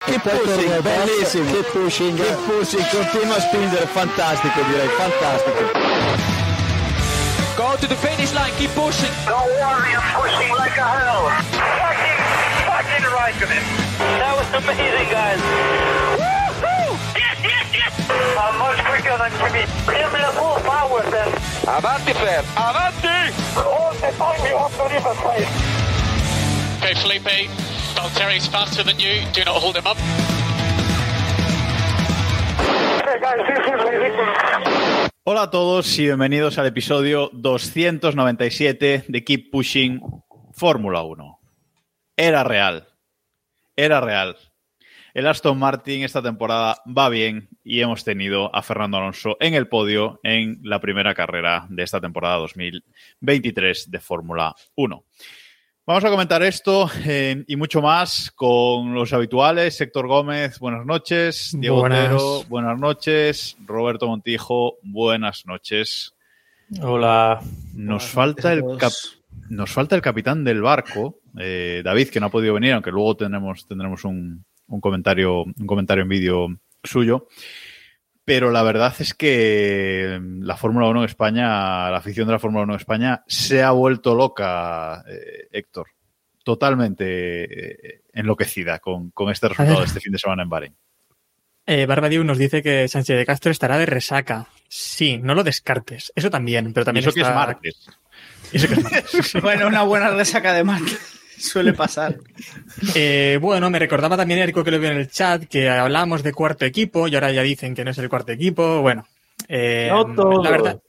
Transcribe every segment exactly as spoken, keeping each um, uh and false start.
Keep pushing, bellissimo. Keep pushing, keep pushing, continua a spingere, fantastico direi, fantastico. Go to the finish line, keep pushing. Don't worry, I'm pushing like a hell. Fucking, fucking right of him. That was amazing, guys. Woohoo! Yes, yes, yes! I'm much quicker than Jimmy. Give me the full power then. Avanti, Fer, avanti! All the time you have to leave a place. Okay, Felipe, Valtteri's faster than you. Do not hold him up. Hey guys, this is ridiculous. Hola a todos y bienvenidos al episodio doscientos noventa y siete de Keep Pushing Fórmula uno. Era real. Era real. El Aston Martin esta temporada va bien y hemos tenido a Fernando Alonso en el podio en la primera carrera de esta temporada dos mil veintitrés de Fórmula uno. Vamos a comentar esto eh, y mucho más con los habituales. Héctor Gómez, buenas noches. Diego Buenas. Otero, buenas noches. Roberto Montijo, buenas noches. Hola. Nos Buenas falta el noches a cap- todos. nos falta el capitán del barco, eh, David, que no ha podido venir, aunque luego tendremos, tendremos un, un comentario, un comentario en vídeo suyo. Pero la verdad es que la Fórmula uno en España, la afición de la Fórmula uno en España se ha vuelto loca, eh, Héctor. Totalmente eh, enloquecida con, con este resultado de este fin de semana en Bahrein. Eh, Barbadiu nos dice que Sánchez de Castro estará de resaca. Sí, no lo descartes. Eso también, pero Y también eso que está... es martes. Eso que es martes. Bueno, una buena resaca de martes suele pasar. Eh, bueno, me recordaba también Erico que lo vio en el chat que hablábamos de cuarto equipo y ahora ya dicen que no es el cuarto equipo. Bueno, eh, No todo. la verdad.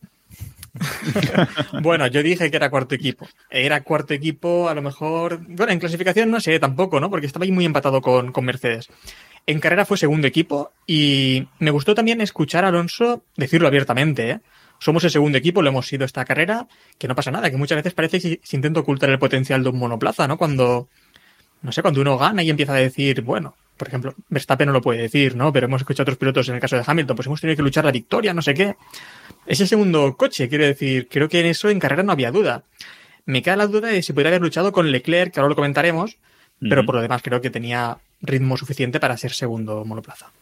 Bueno, yo dije que era cuarto equipo. Era cuarto equipo, a lo mejor. Bueno, en clasificación no sé tampoco, ¿no? Porque estaba ahí muy empatado con, con Mercedes. En carrera fue segundo equipo y me gustó también escuchar a Alonso decirlo abiertamente, ¿eh? Somos el segundo equipo, lo hemos sido esta carrera, que no pasa nada, que muchas veces parece que se intenta ocultar el potencial de un monoplaza, ¿no? Cuando, no sé, cuando uno gana y empieza a decir, bueno, por ejemplo, Verstappen no lo puede decir, ¿no? Pero hemos escuchado a otros pilotos en el caso de Hamilton, pues hemos tenido que luchar la victoria, no sé qué. Ese segundo coche, quiero decir, creo que en eso en carrera no había duda. Me queda la duda de si podría haber luchado con Leclerc, que ahora lo comentaremos, pero Ujú. por lo demás creo que tenía ritmo suficiente para ser segundo monoplaza.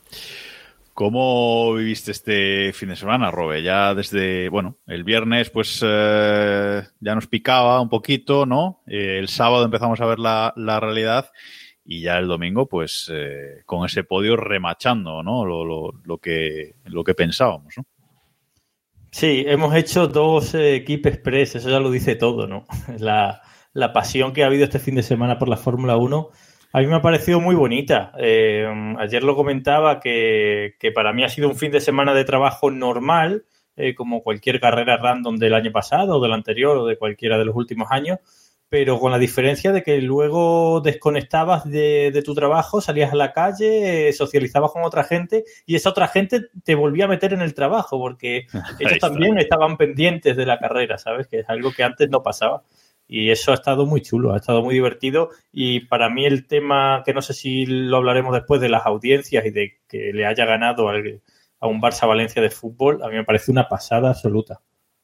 ¿Cómo viviste este fin de semana, Robe? Ya desde, bueno, el viernes pues eh, ya nos picaba un poquito, ¿no? Eh, el sábado empezamos a ver la, la realidad y ya el domingo pues eh, con ese podio remachando, ¿no? Lo, lo, lo, que, lo que pensábamos, ¿no? Sí, hemos hecho dos eh, Keep Express, eso ya lo dice todo, ¿no? La, la pasión que ha habido este fin de semana por la Fórmula uno a mí me ha parecido muy bonita. Eh, ayer lo comentaba que, que para mí ha sido un fin de semana de trabajo normal, eh, como cualquier carrera random del año pasado o del anterior o de cualquiera de los últimos años, pero con la diferencia de que luego desconectabas de, de tu trabajo, salías a la calle, eh, socializabas con otra gente y esa otra gente te volvía a meter en el trabajo porque ellos está. también estaban pendientes de la carrera, ¿sabes? Que es algo que antes no pasaba. Y eso ha estado muy chulo, ha estado muy divertido y para mí el tema, que no sé si lo hablaremos después, de las audiencias y de que le haya ganado al, a un Barça-Valencia de fútbol, a mí me parece una pasada absoluta.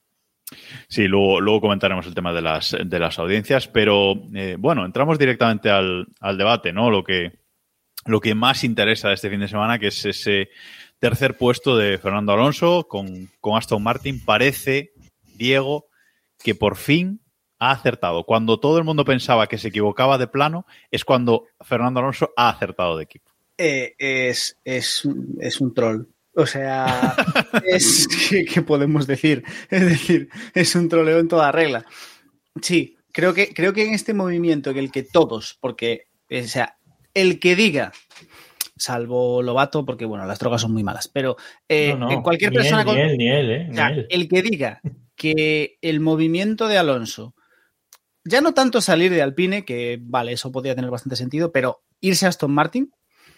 Sí, luego, luego comentaremos el tema de las, de las audiencias, pero eh, bueno, entramos directamente al, al debate, ¿no? Lo que, lo que más interesa de este fin de semana, que es ese tercer puesto de Fernando Alonso con, con Aston Martin. Parece, Diego, que por fin ha acertado. Cuando todo el mundo pensaba que se equivocaba de plano, es cuando Fernando Alonso ha acertado de equipo. Eh, es, es, es un troll. O sea, es ¿qué, qué podemos decir? Es decir, es un troleo en toda regla. Sí, creo que, creo que en este movimiento, que el que todos, porque, o sea, el que diga, salvo Lobato, porque bueno, las drogas son muy malas, pero eh, No, no, cualquier ni persona él, con... ni él, ni él, ¿eh? O Ni sea, él. el que diga que el movimiento de Alonso, ya no tanto salir de Alpine, que vale, eso podría tener bastante sentido, pero irse a Aston Martin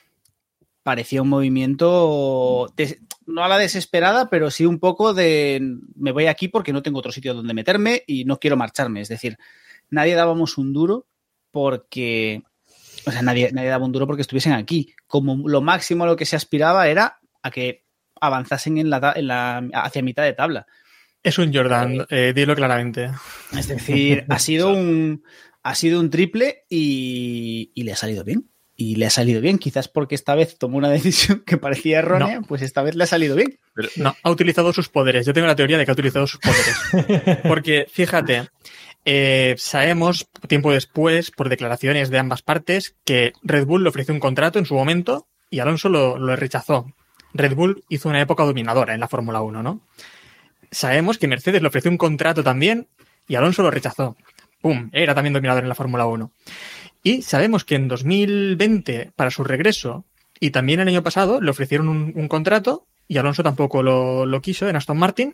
parecía un movimiento, de, no a la desesperada, pero sí un poco de me voy aquí porque no tengo otro sitio donde meterme y no quiero marcharme. Es decir, nadie dábamos un duro porque, o sea, nadie, nadie daba un duro porque estuviesen aquí. Como lo máximo a lo que se aspiraba era a que avanzasen en la, en la, hacia mitad de tabla. Es un Jordan, eh, dilo claramente. Es decir, ha sido un ha sido un triple y, y le ha salido bien. y le ha salido bien. Quizás porque esta vez tomó una decisión que parecía errónea, no. pues esta vez le ha salido bien. No, ha utilizado sus poderes. Yo tengo la teoría de que ha utilizado sus poderes. Porque, fíjate, eh, sabemos tiempo después, por declaraciones de ambas partes, que Red Bull le ofreció un contrato en su momento y Alonso lo, lo rechazó. Red Bull hizo una época dominadora en la Fórmula uno, ¿no? Sabemos que Mercedes le ofreció un contrato también y Alonso lo rechazó. ¡Pum! Era también dominador en la Fórmula uno. Y sabemos que en dos mil veinte, para su regreso, y también el año pasado, le ofrecieron un, un contrato y Alonso tampoco lo, lo quiso en Aston Martin.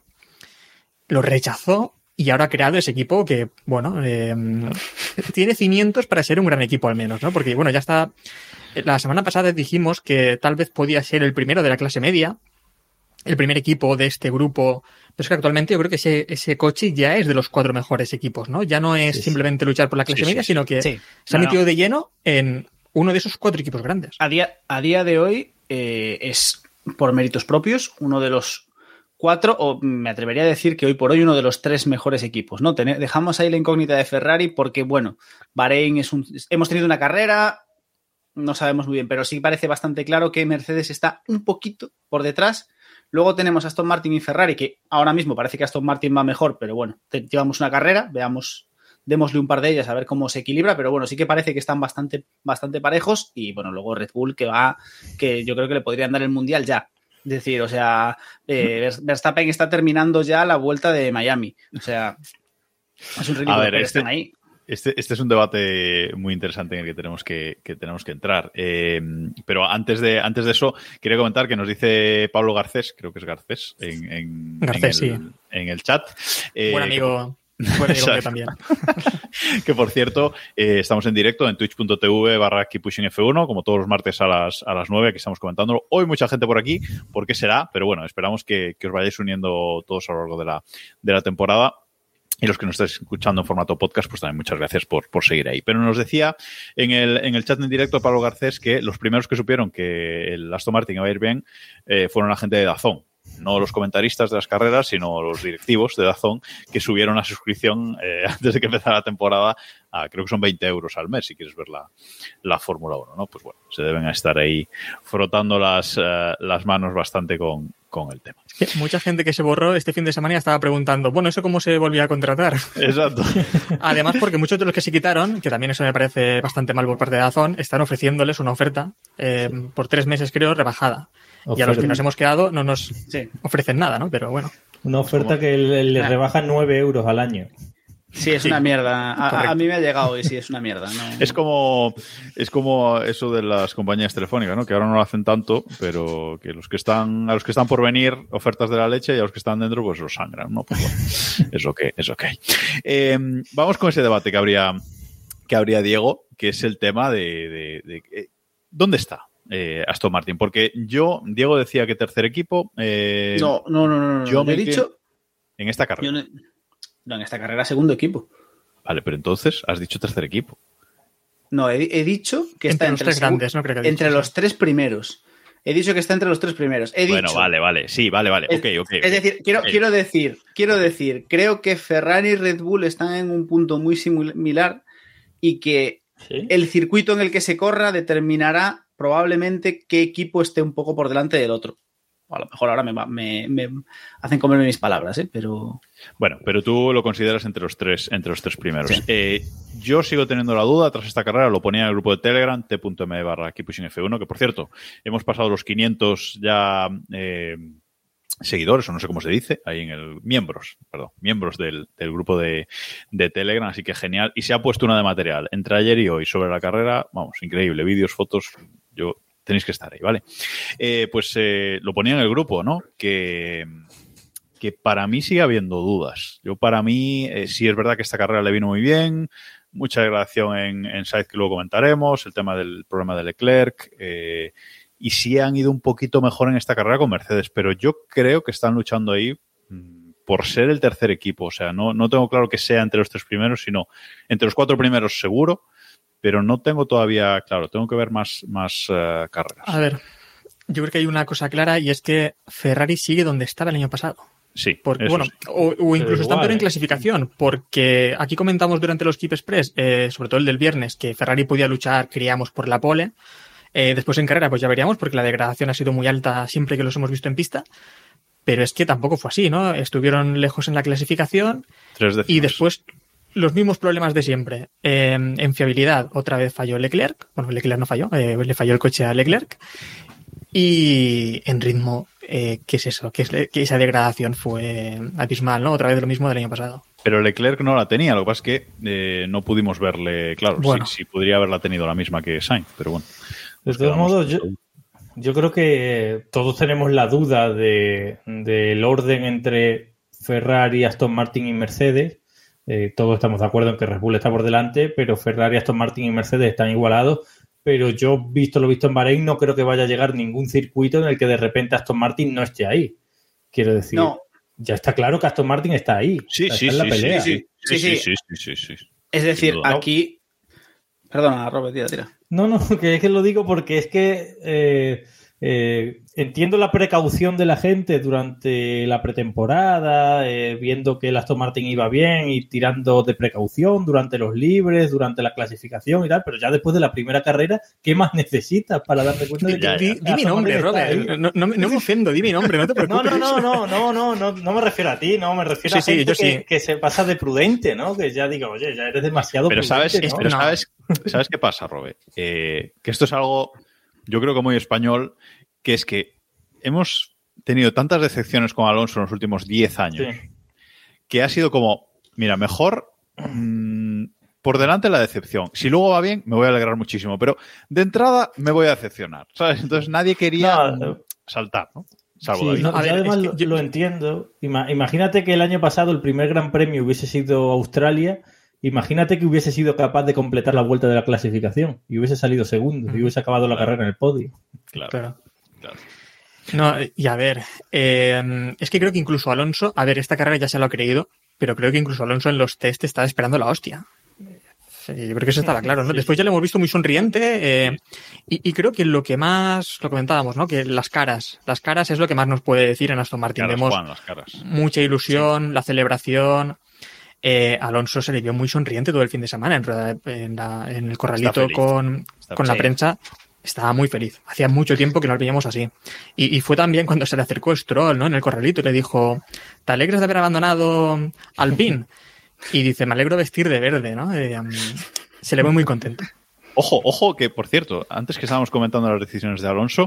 Lo rechazó y ahora ha creado ese equipo que, bueno, eh, tiene cimientos para ser un gran equipo al menos, ¿no? Porque, bueno, ya está... La semana pasada dijimos que tal vez podía ser el primero de la clase media, el primer equipo de este grupo, pero es que actualmente yo creo que ese, ese coche ya es de los cuatro mejores equipos, ¿no? Ya no es sí, simplemente luchar por la clase sí, media, sí, sino que sí. se ha no, metido no. de lleno en uno de esos cuatro equipos grandes. A día, a día de hoy eh, es, por méritos propios, uno de los cuatro, o me atrevería a decir que hoy por hoy uno de los tres mejores equipos, ¿no? Ten, dejamos ahí la incógnita de Ferrari porque, bueno, Bahrein es un... Hemos tenido una carrera, no sabemos muy bien, pero sí parece bastante claro que Mercedes está un poquito por detrás. Luego tenemos Aston Martin y Ferrari, que ahora mismo parece que Aston Martin va mejor, pero bueno, te, llevamos una carrera, veamos, démosle un par de ellas a ver cómo se equilibra, pero bueno, sí que parece que están bastante, bastante parejos y bueno, luego Red Bull que va, que yo creo que le podrían dar el Mundial ya. Es decir, o sea, eh, Verstappen está terminando ya la vuelta de Miami. O sea, es un ridículo que este... estén ahí. Este, este es un debate muy interesante en el que tenemos que, que tenemos que entrar. Eh, pero antes de, antes de eso, quería comentar que nos dice Pablo Garcés, creo que es Garcés, en, en, Garcés, en, el, sí. en el chat. Eh, Buen amigo. Buen amigo que también. Que por cierto, eh, estamos en directo en twitch.tv barra Keep Pushing F uno, como todos los martes a las, a las nueve, aquí estamos comentándolo. Hoy mucha gente por aquí, ¿por qué será? Pero bueno, esperamos que, que os vayáis uniendo todos a lo largo de la, de la temporada. Y los que nos estáis escuchando en formato podcast, pues también muchas gracias por, por seguir ahí. Pero nos decía en el, en el chat en directo Pablo Garcés que los primeros que supieron que el Aston Martin iba a ir bien eh, fueron la gente de DAZN. No los comentaristas de las carreras, sino los directivos de DAZN que subieron la suscripción eh, antes de que empezara la temporada a, creo que son veinte euros al mes si quieres ver la, la Fórmula uno, ¿no? Pues bueno, se deben estar ahí frotando las, uh, las manos bastante con, con el tema. Es que mucha gente que se borró este fin de semana estaba preguntando, bueno, ¿eso cómo se volvía a contratar? Exacto. Además, porque muchos de los que se quitaron, que también eso me parece bastante mal por parte de DAZN, están ofreciéndoles una oferta eh, sí. por tres meses, creo, rebajada. Oferta. Y a los que nos hemos quedado no nos sí. ofrecen nada, ¿no? Pero bueno. Una oferta que les le rebajan nueve euros al año. Sí, es sí. una mierda. A, a mí me ha llegado y sí, es una mierda. No... Es como es como eso de las compañías telefónicas, ¿no? Que ahora no lo hacen tanto, pero que los que están a los que están por venir ofertas de la leche y a los que están dentro pues los sangran, ¿no? Pues bueno, es lo que es lo que hay. Eh, vamos con ese debate que habría que habría Diego, que es el tema de, de, de, de ¿dónde está eh, Aston Martin? Porque yo Diego decía que tercer equipo. Eh, no, no, no, no. no yo no, me he dicho en esta carrera. No, no, en esta carrera segundo equipo. Vale, pero entonces has dicho tercer equipo. No, he, he dicho que entre está los entre, tres grandes, no creo que entre dicho, los sí. tres primeros. He dicho que está entre los tres primeros. He bueno, dicho, vale, vale. Sí, vale, vale. Es, okay, okay, es okay. decir, quiero, okay. quiero decir, quiero decir, creo que Ferrari y Red Bull están en un punto muy similar y que ¿sí? el circuito en el que se corra determinará probablemente qué equipo esté un poco por delante del otro. A lo mejor ahora me, me, me hacen comerme mis palabras, ¿eh? Pero... Bueno, pero tú lo consideras entre los tres, entre los tres primeros. Sí. Eh, yo sigo teniendo la duda tras esta carrera, lo ponía en el grupo de Telegram, t.me barra Keeppushing F uno, que por cierto, hemos pasado los quinientos ya eh, seguidores, o no sé cómo se dice, ahí en el... Miembros, perdón, miembros del, del grupo de, de Telegram, así que genial. Y se ha puesto una de material entre ayer y hoy sobre la carrera, vamos, increíble, vídeos, fotos, yo... Tenéis que estar ahí, ¿vale? Eh, pues eh, lo ponía en el grupo, ¿no? Que, que para mí sigue habiendo dudas. Yo para mí, eh, sí es verdad que esta carrera le vino muy bien, mucha degradación en, en side que luego comentaremos, el tema del problema de Leclerc, eh, y sí han ido un poquito mejor en esta carrera con Mercedes, pero yo creo que están luchando ahí mmm, por ser el tercer equipo. O sea, no, no tengo claro que sea entre los tres primeros, sino entre los cuatro primeros seguro, pero no tengo todavía, claro, tengo que ver más, más uh, carreras. A ver, yo creo que hay una cosa clara y es que Ferrari sigue donde estaba el año pasado. Sí, porque, eso bueno, sí. o, o incluso Pero están peor igual, en ¿eh? clasificación, porque aquí comentamos durante los Keep Express, eh, sobre todo el del viernes, que Ferrari podía luchar, creíamos, por la pole. Eh, después en carrera, pues ya veríamos, porque la degradación ha sido muy alta siempre que los hemos visto en pista. Pero es que tampoco fue así, ¿no? Estuvieron lejos en la clasificación Tres décimas. y después los mismos problemas de siempre. Eh, en fiabilidad, otra vez falló Leclerc. Bueno, Leclerc no falló, eh, le falló el coche a Leclerc. Y en ritmo, eh, ¿qué es eso? ¿Qué es, que esa degradación fue abismal, ¿no? Otra vez lo mismo del año pasado. Pero Leclerc no la tenía, lo que pasa es que eh, no pudimos verle, claro, Bueno. sí, sí podría haberla tenido la misma que Sainz, pero bueno. De Nos todos quedamos modos, con yo, todo. yo creo que todos tenemos la duda de, del orden entre Ferrari, Aston Martin y Mercedes. Eh, todos estamos de acuerdo en que Red Bull está por delante, pero Ferrari, Aston Martin y Mercedes están igualados. Pero yo, visto lo visto en Bahrein, no creo que vaya a llegar ningún circuito en el que de repente Aston Martin no esté ahí. Quiero decir, No. ya está claro que Aston Martin está ahí. Sí, está sí, en la sí, pelea. sí, sí, Sí, sí, sí. sí, sí, sí, sí, sí. Es decir, Sin duda. aquí... Perdona, Robert, tira, tira. No, no, que es que lo digo porque es que eh, eh, entiendo la precaución de la gente durante la pretemporada, eh, viendo que el Aston Martin iba bien y tirando de precaución durante los libres, durante la clasificación y tal, pero ya después de la primera carrera, ¿qué más necesitas para darte cuenta de que Ya, ya. Di, Aston di mi nombre, Martin está Robert. ahí? No, no, no me ofendo, di mi nombre, no te No, preocupes. no, no, no, no, no, no, no me refiero a ti, no, me refiero Sí, a sí, gente yo que, sí. que se pasa de prudente, ¿no? Que ya digo, oye, ya eres demasiado Pero prudente, sabes, ¿no? pero No. sabes, ¿sabes qué pasa, Robe? Eh, que esto es algo, yo creo que muy español, que es que hemos tenido tantas decepciones con Alonso en los últimos diez años, Sí. que ha sido como, mira, mejor mmm, por delante la decepción. Si luego va bien, me voy a alegrar muchísimo, pero de entrada me voy a decepcionar, ¿sabes? Entonces nadie quería No, saltar, ¿no? Salvo Sí, David. no, A ver, yo además es que lo, yo- lo entiendo. Ima- Imagínate que el año pasado el primer Gran Premio hubiese sido Australia. Imagínate que hubiese sido capaz de completar la vuelta de la clasificación y hubiese salido segundo y hubiese acabado la carrera en el podio. Claro, Claro. claro. No, y a ver, eh, es que creo que incluso Alonso, a ver, esta carrera ya se lo ha creído, pero creo que incluso Alonso en los test estaba esperando la hostia. Sí, yo creo que eso estaba claro, ¿no? Sí. Después ya lo hemos visto muy sonriente eh, y, y creo que lo que más, lo comentábamos, ¿no? Que las caras, las caras es lo que más nos puede decir en Aston Martin. Caras, Vemos Juan, las caras. mucha ilusión, la celebración. Eh, Alonso se le vio muy sonriente todo el fin de semana en, rueda de- en, la- en el corralito feliz. con, Está con la feliz. prensa. Estaba muy feliz. Hacía mucho tiempo que no lo veíamos así. Y, y fue también cuando se le acercó Stroll, ¿no? En el corralito y le dijo, ¿te alegras de haber abandonado Alpine? Y dice, me alegro de vestir de verde, ¿no? Eh, um, se le ve muy contento. Ojo, ojo, que por cierto, antes que estábamos comentando las decisiones de Alonso,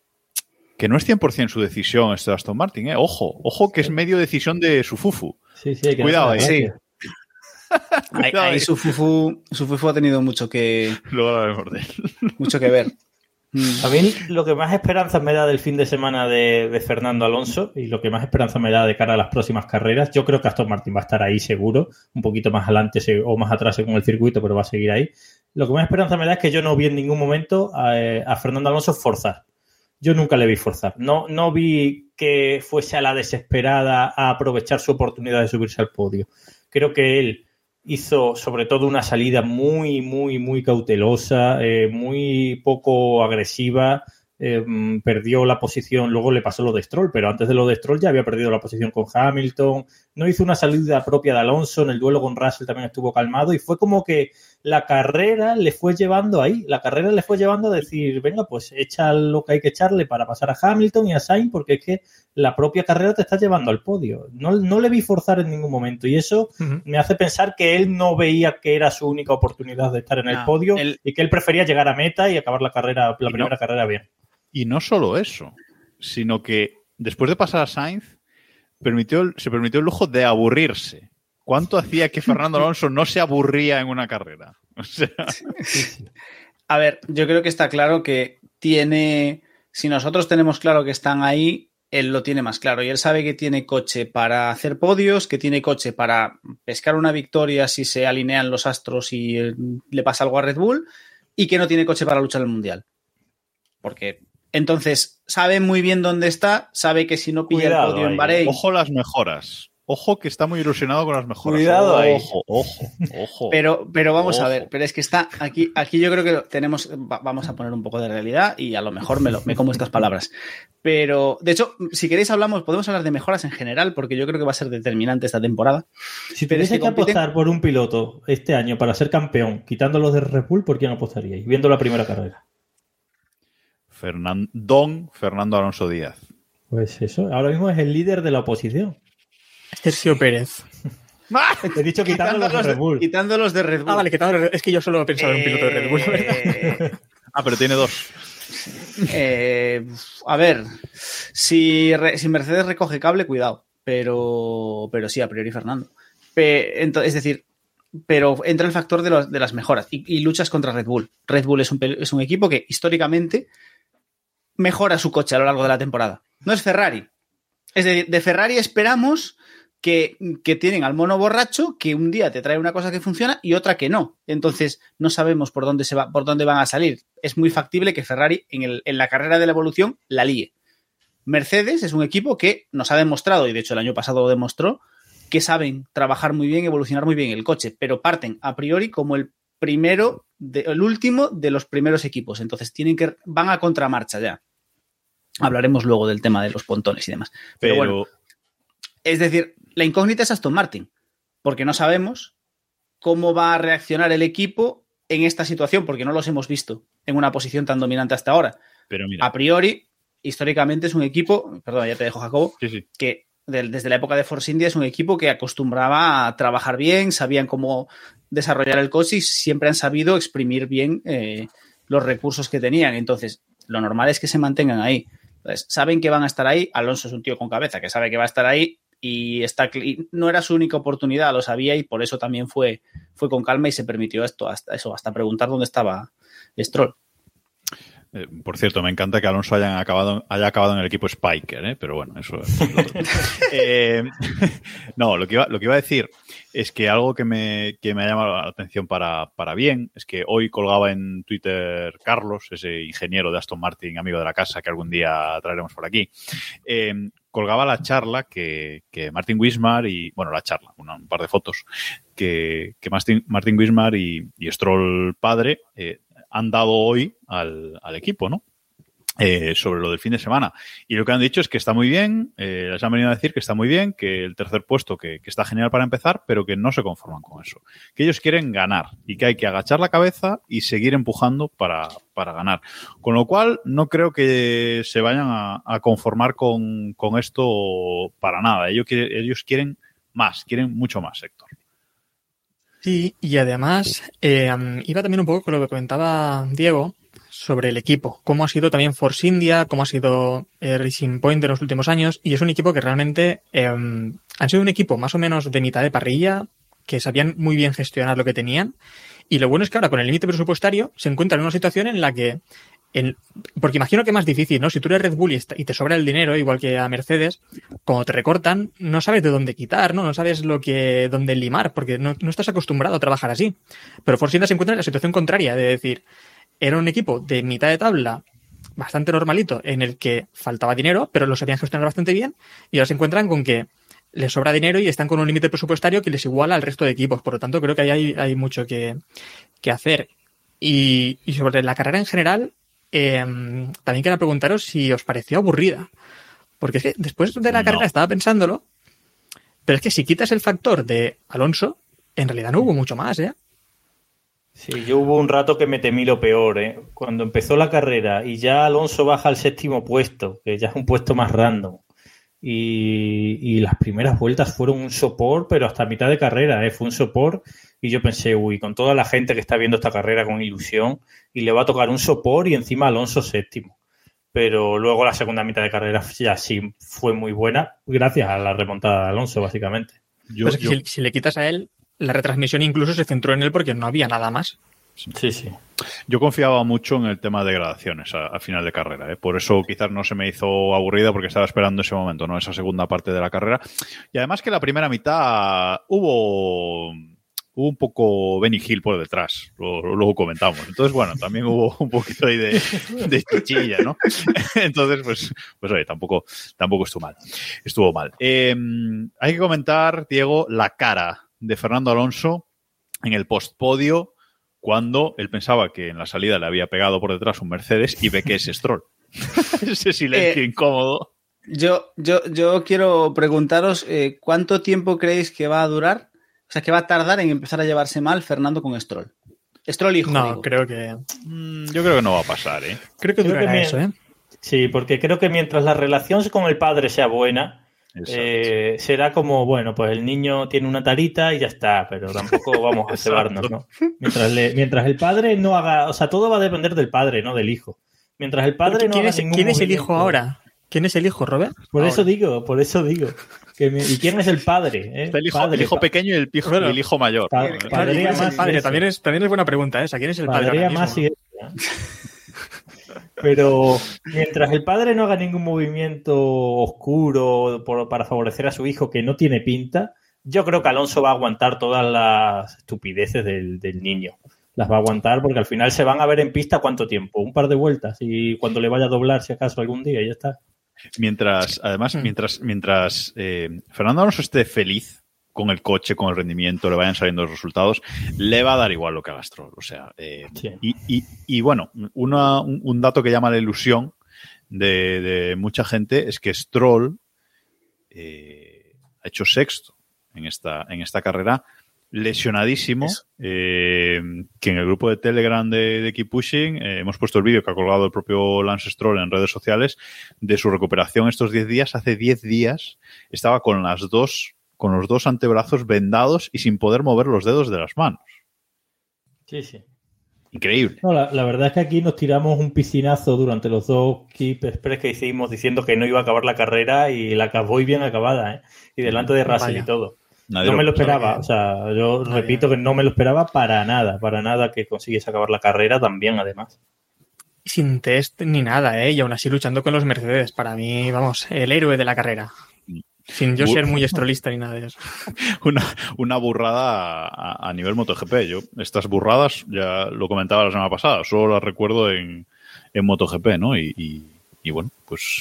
que no es cien por ciento su decisión esto de Aston Martin, ¿eh? Ojo, ojo que es medio decisión de su fufu. Sí, sí, hay que Cuidado darle ahí. las gracias. Ahí, ahí su, fufu, su fufu ha tenido mucho que, Luego hablaremos de él. mucho que ver. Mm. A mí lo que más esperanza me da del fin de semana de, de Fernando Alonso y lo que más esperanza me da de cara a las próximas carreras, yo creo que Aston Martin va a estar ahí seguro, un poquito más adelante se- o más atrás según el circuito, pero va a seguir ahí. Lo que más esperanza me da es que yo no vi en ningún momento a, a Fernando Alonso forzar. Yo nunca le vi forzar. No, no vi que fuese a la desesperada a aprovechar su oportunidad de subirse al podio. Creo que él hizo sobre todo una salida muy, muy, muy cautelosa, eh, muy poco agresiva, eh, perdió la posición, luego le pasó lo de Stroll, pero antes de lo de Stroll ya había perdido la posición con Hamilton, no hizo una salida propia de Alonso, en el duelo con Russell también estuvo calmado y fue como que la carrera le fue llevando ahí, la carrera le fue llevando a decir, venga, pues echa lo que hay que echarle para pasar a Hamilton y a Sainz, porque es que la propia carrera te está llevando al podio. No, no le vi forzar en ningún momento y eso Uh-huh. me hace pensar que él no veía que era su única oportunidad de estar en el Ah, podio él- y que él prefería llegar a meta y acabar la carrera, la Y no. primera carrera bien. Y no solo eso, sino que después de pasar a Sainz, permitió, el- se permitió el lujo de aburrirse. ¿Cuánto hacía que Fernando Alonso no se aburría en una carrera? O sea, A ver, yo creo que está claro que tiene. Si nosotros tenemos claro que están ahí, él lo tiene más claro. Y él sabe que tiene coche para hacer podios, que tiene coche para pescar una victoria si se alinean los astros y eh, le pasa algo a Red Bull, y que no tiene coche para luchar el mundial. Porque entonces sabe muy bien dónde está, sabe que si no pilla Cuidado el podio ahí. en Bahrein. ojo las mejoras. ojo que está muy ilusionado con las mejoras. Cuidado ahí. Ojo, ojo, ojo. Pero, pero vamos Ojo. a ver, pero es que está aquí, aquí yo creo que tenemos, va- vamos a poner un poco de realidad y a lo mejor me, lo, me como estas palabras. Pero, de hecho, si queréis hablamos, podemos hablar de mejoras en general, porque yo creo que va a ser determinante esta temporada. Si Pero es tuviese que que compiten- apostar por un piloto este año para ser campeón, quitando los de Red Bull, ¿por quién apostaríais? Viendo la primera carrera. Fernan- Don Fernando Alonso Díaz. Pues eso, ahora mismo es el líder de la oposición. Sergio Pérez. Te he dicho quitando los de Red Bull. Quitándolos de Red Bull. Ah, vale, que tal- es que yo solo he pensado en un piloto de Red Bull, ¿verdad? Eh, Ah, pero tiene dos. eh, a ver, si, re- si Mercedes recoge cable, cuidado. Pero, pero sí, a priori Fernando. Pe- ento- es decir, pero entra el factor de, los- de las mejoras y, y luchas contra Red Bull. Red Bull es un, pel- es un equipo que históricamente mejora su coche a lo largo de la temporada. No es Ferrari. Es decir, de Ferrari esperamos que, que tienen al mono borracho que un día te trae una cosa que funciona y otra que no. Entonces no sabemos por dónde se va, por dónde van a salir. Es muy factible que Ferrari en, el, en la carrera de la evolución la líe. Mercedes es un equipo que nos ha demostrado, y de hecho el año pasado lo demostró, que saben trabajar muy bien, evolucionar muy bien el coche, pero parten a priori como el primero, de, el último de los primeros equipos. Entonces tienen que van a contramarcha ya. Hablaremos luego del tema de los pontones y demás. Pero, Pero, bueno, es decir, la incógnita es Aston Martin, porque no sabemos cómo va a reaccionar el equipo en esta situación, porque no los hemos visto en una posición tan dominante hasta ahora. pero mira. A priori, históricamente es un equipo, perdón, ya te dejo, Jacobo, Sí, sí. que de- desde la época de Force India es un equipo que acostumbraba a trabajar bien, sabían cómo desarrollar el coche y siempre han sabido exprimir bien eh, los recursos que tenían. Entonces, lo normal es que se mantengan ahí. Entonces, saben que van a estar ahí. Alonso es un tío con cabeza que sabe que va a estar ahí y está cl- y no era su única oportunidad, lo sabía y por eso también fue, fue con calma y se permitió esto, hasta eso, hasta preguntar dónde estaba Stroll. Eh, por cierto, me encanta que Alonso hayan acabado, haya acabado en el equipo Spiker, ¿eh? Pero bueno, eso es lo otro. eh, no, lo que, iba, lo que iba a decir es que algo que me, que me ha llamado la atención para, para bien es que hoy colgaba en Twitter Carlos, ese ingeniero de Aston Martin, amigo de la casa, que algún día traeremos por aquí, eh, colgaba la charla que, que Martin Wismar y, bueno, la charla, una, un par de fotos, que, que Martin, Martin Wismar y, y Stroll padre eh, han dado hoy al, al equipo, ¿no? Eh, sobre lo del fin de semana. Y lo que han dicho es que está muy bien, eh, les han venido a decir que está muy bien, que el tercer puesto, que, que está genial para empezar, pero que no se conforman con eso. Que ellos quieren ganar y que hay que agachar la cabeza y seguir empujando para, para ganar. Con lo cual, no creo que se vayan a, a conformar con, con esto para nada. Ellos, ellos quieren más, quieren mucho más, Héctor. Sí, y además eh, iba también un poco con lo que comentaba Diego sobre el equipo, cómo ha sido también Force India, cómo ha sido eh, Racing Point en los últimos años, y es un equipo que realmente eh, han sido un equipo más o menos de mitad de parrilla, que sabían muy bien gestionar lo que tenían, y lo bueno es que ahora con el límite presupuestario se encuentran en una situación en la que, en, porque imagino que es más difícil, ¿no? Si tú eres Red Bull y, está, y te sobra el dinero, igual que a Mercedes, cuando te recortan, no sabes de dónde quitar, ¿no? No sabes lo que, dónde limar, porque no, no estás acostumbrado a trabajar así. Pero Force India se encuentra en la situación contraria, de decir, era un equipo de mitad de tabla bastante normalito, en el que faltaba dinero, pero lo sabían gestionar bastante bien, y ahora se encuentran con que les sobra dinero y están con un límite presupuestario que les iguala al resto de equipos. Por lo tanto, creo que ahí hay, hay mucho que, que hacer. Y, y sobre la carrera en general, eh, también quería preguntaros si os pareció aburrida. Porque es que después de la No. carrera estaba pensándolo, pero es que si quitas el factor de Alonso, en realidad no hubo mucho más, ¿eh? Sí, yo hubo un rato que me temí lo peor, ¿eh? Cuando empezó la carrera y ya Alonso baja al séptimo puesto, que ya es un puesto más random. Y, y las primeras vueltas fueron un sopor, pero hasta mitad de carrera, ¿eh? Fue un sopor y yo pensé, uy, con toda la gente que está viendo esta carrera con ilusión y le va a tocar un sopor y encima Alonso séptimo. Pero luego la segunda mitad de carrera ya sí fue muy buena, gracias a la remontada de Alonso, básicamente. Yo, Pues es que yo- si, si le quitas a él, la retransmisión incluso se centró en él porque no había nada más. Sí, sí. Yo confiaba mucho en el tema de gradaciones a, a final de carrera, ¿eh? Por eso quizás no se me hizo aburrida porque estaba esperando ese momento, ¿no? Esa segunda parte de la carrera. Y además que la primera mitad hubo hubo un poco Benny Hill por detrás, lo, luego comentamos. Entonces, bueno, también hubo un poquito ahí de, de chichilla, ¿no? Entonces, pues, pues oye, tampoco, tampoco estuvo mal. Estuvo mal. Eh, hay que comentar, Diego, la cara de Fernando Alonso en el postpodio cuando él pensaba que en la salida le había pegado por detrás un Mercedes y ve que es Stroll. Ese silencio eh, incómodo. Yo, yo, yo quiero preguntaros eh, ¿cuánto tiempo creéis que va a durar? O sea, que va a tardar en empezar a llevarse mal Fernando con Stroll. Stroll hijo. No, digo. creo que... Mm, yo creo que no va a pasar, ¿eh? Creo que Creo durará que me- eso, ¿eh? Sí, porque creo que mientras la relación con el padre sea buena, eh, será como, bueno, pues el niño tiene una tarita y ya está, pero tampoco vamos a cebarnos, ¿no? Mientras, le, mientras el padre no haga... O sea, todo va a depender del padre, no del hijo. Mientras el padre Porque no ¿Quién, haga es, ningún quién es el movimiento- hijo ahora? ¿Quién es el hijo, Robert? Por Ahora. eso digo, por eso digo. Que me- ¿Y quién es el padre? eh? Está el hijo, Padre, el hijo pa- pequeño y el, hijo, Bueno, y el hijo mayor. pa- Claro, padre ¿quién es el más padre? eso. También es, también es buena pregunta esa. ¿Quién es el padre Padría ahora más mismo? y eso, ¿eh? Pero mientras el padre no haga ningún movimiento oscuro por- para favorecer a su hijo que no tiene pinta, yo creo que Alonso va a aguantar todas las estupideces del, del niño. Las va a aguantar porque al final se van a ver en pista ¿cuánto tiempo? Un par de vueltas y cuando le vaya a doblar si acaso algún día y ya está. Mientras, además, Mm. mientras, mientras eh, Fernando Alonso esté feliz con el coche, con el rendimiento, le vayan saliendo los resultados, le va a dar igual lo que haga Stroll. O sea, eh, Sí. y, y, y bueno, una, un, un dato que llama la ilusión de, de mucha gente es que Stroll eh, ha hecho sexto en esta, en esta carrera, lesionadísimo, eh, que en el grupo de Telegram de, de Keep Pushing eh, hemos puesto el vídeo que ha colgado el propio Lance Stroll en redes sociales de su recuperación estos diez días. Hace diez días estaba con las dos, con los dos antebrazos vendados y sin poder mover los dedos de las manos. Sí, sí. Increíble. No, la, la verdad es que aquí nos tiramos un piscinazo durante los dos Keep Express que hicimos diciendo que no iba a acabar la carrera y la acabó y bien acabada, ¿eh? Y delante de Russell Vaya. y todo. Nadie No me lo pensaba. esperaba, o sea, yo Vaya. repito que no me lo esperaba para nada, para nada que consiguiese acabar la carrera también, además. Sin test ni nada, ¿eh? Y aún así luchando con los Mercedes. Para mí, vamos, el héroe de la carrera. Sin yo Bu- ser muy estrolista ni nada de eso. Una, una burrada a, a nivel MotoGP. Yo, estas burradas, ya lo comentaba la semana pasada, solo las recuerdo en, en MotoGP, ¿no? Y, y, y bueno, pues...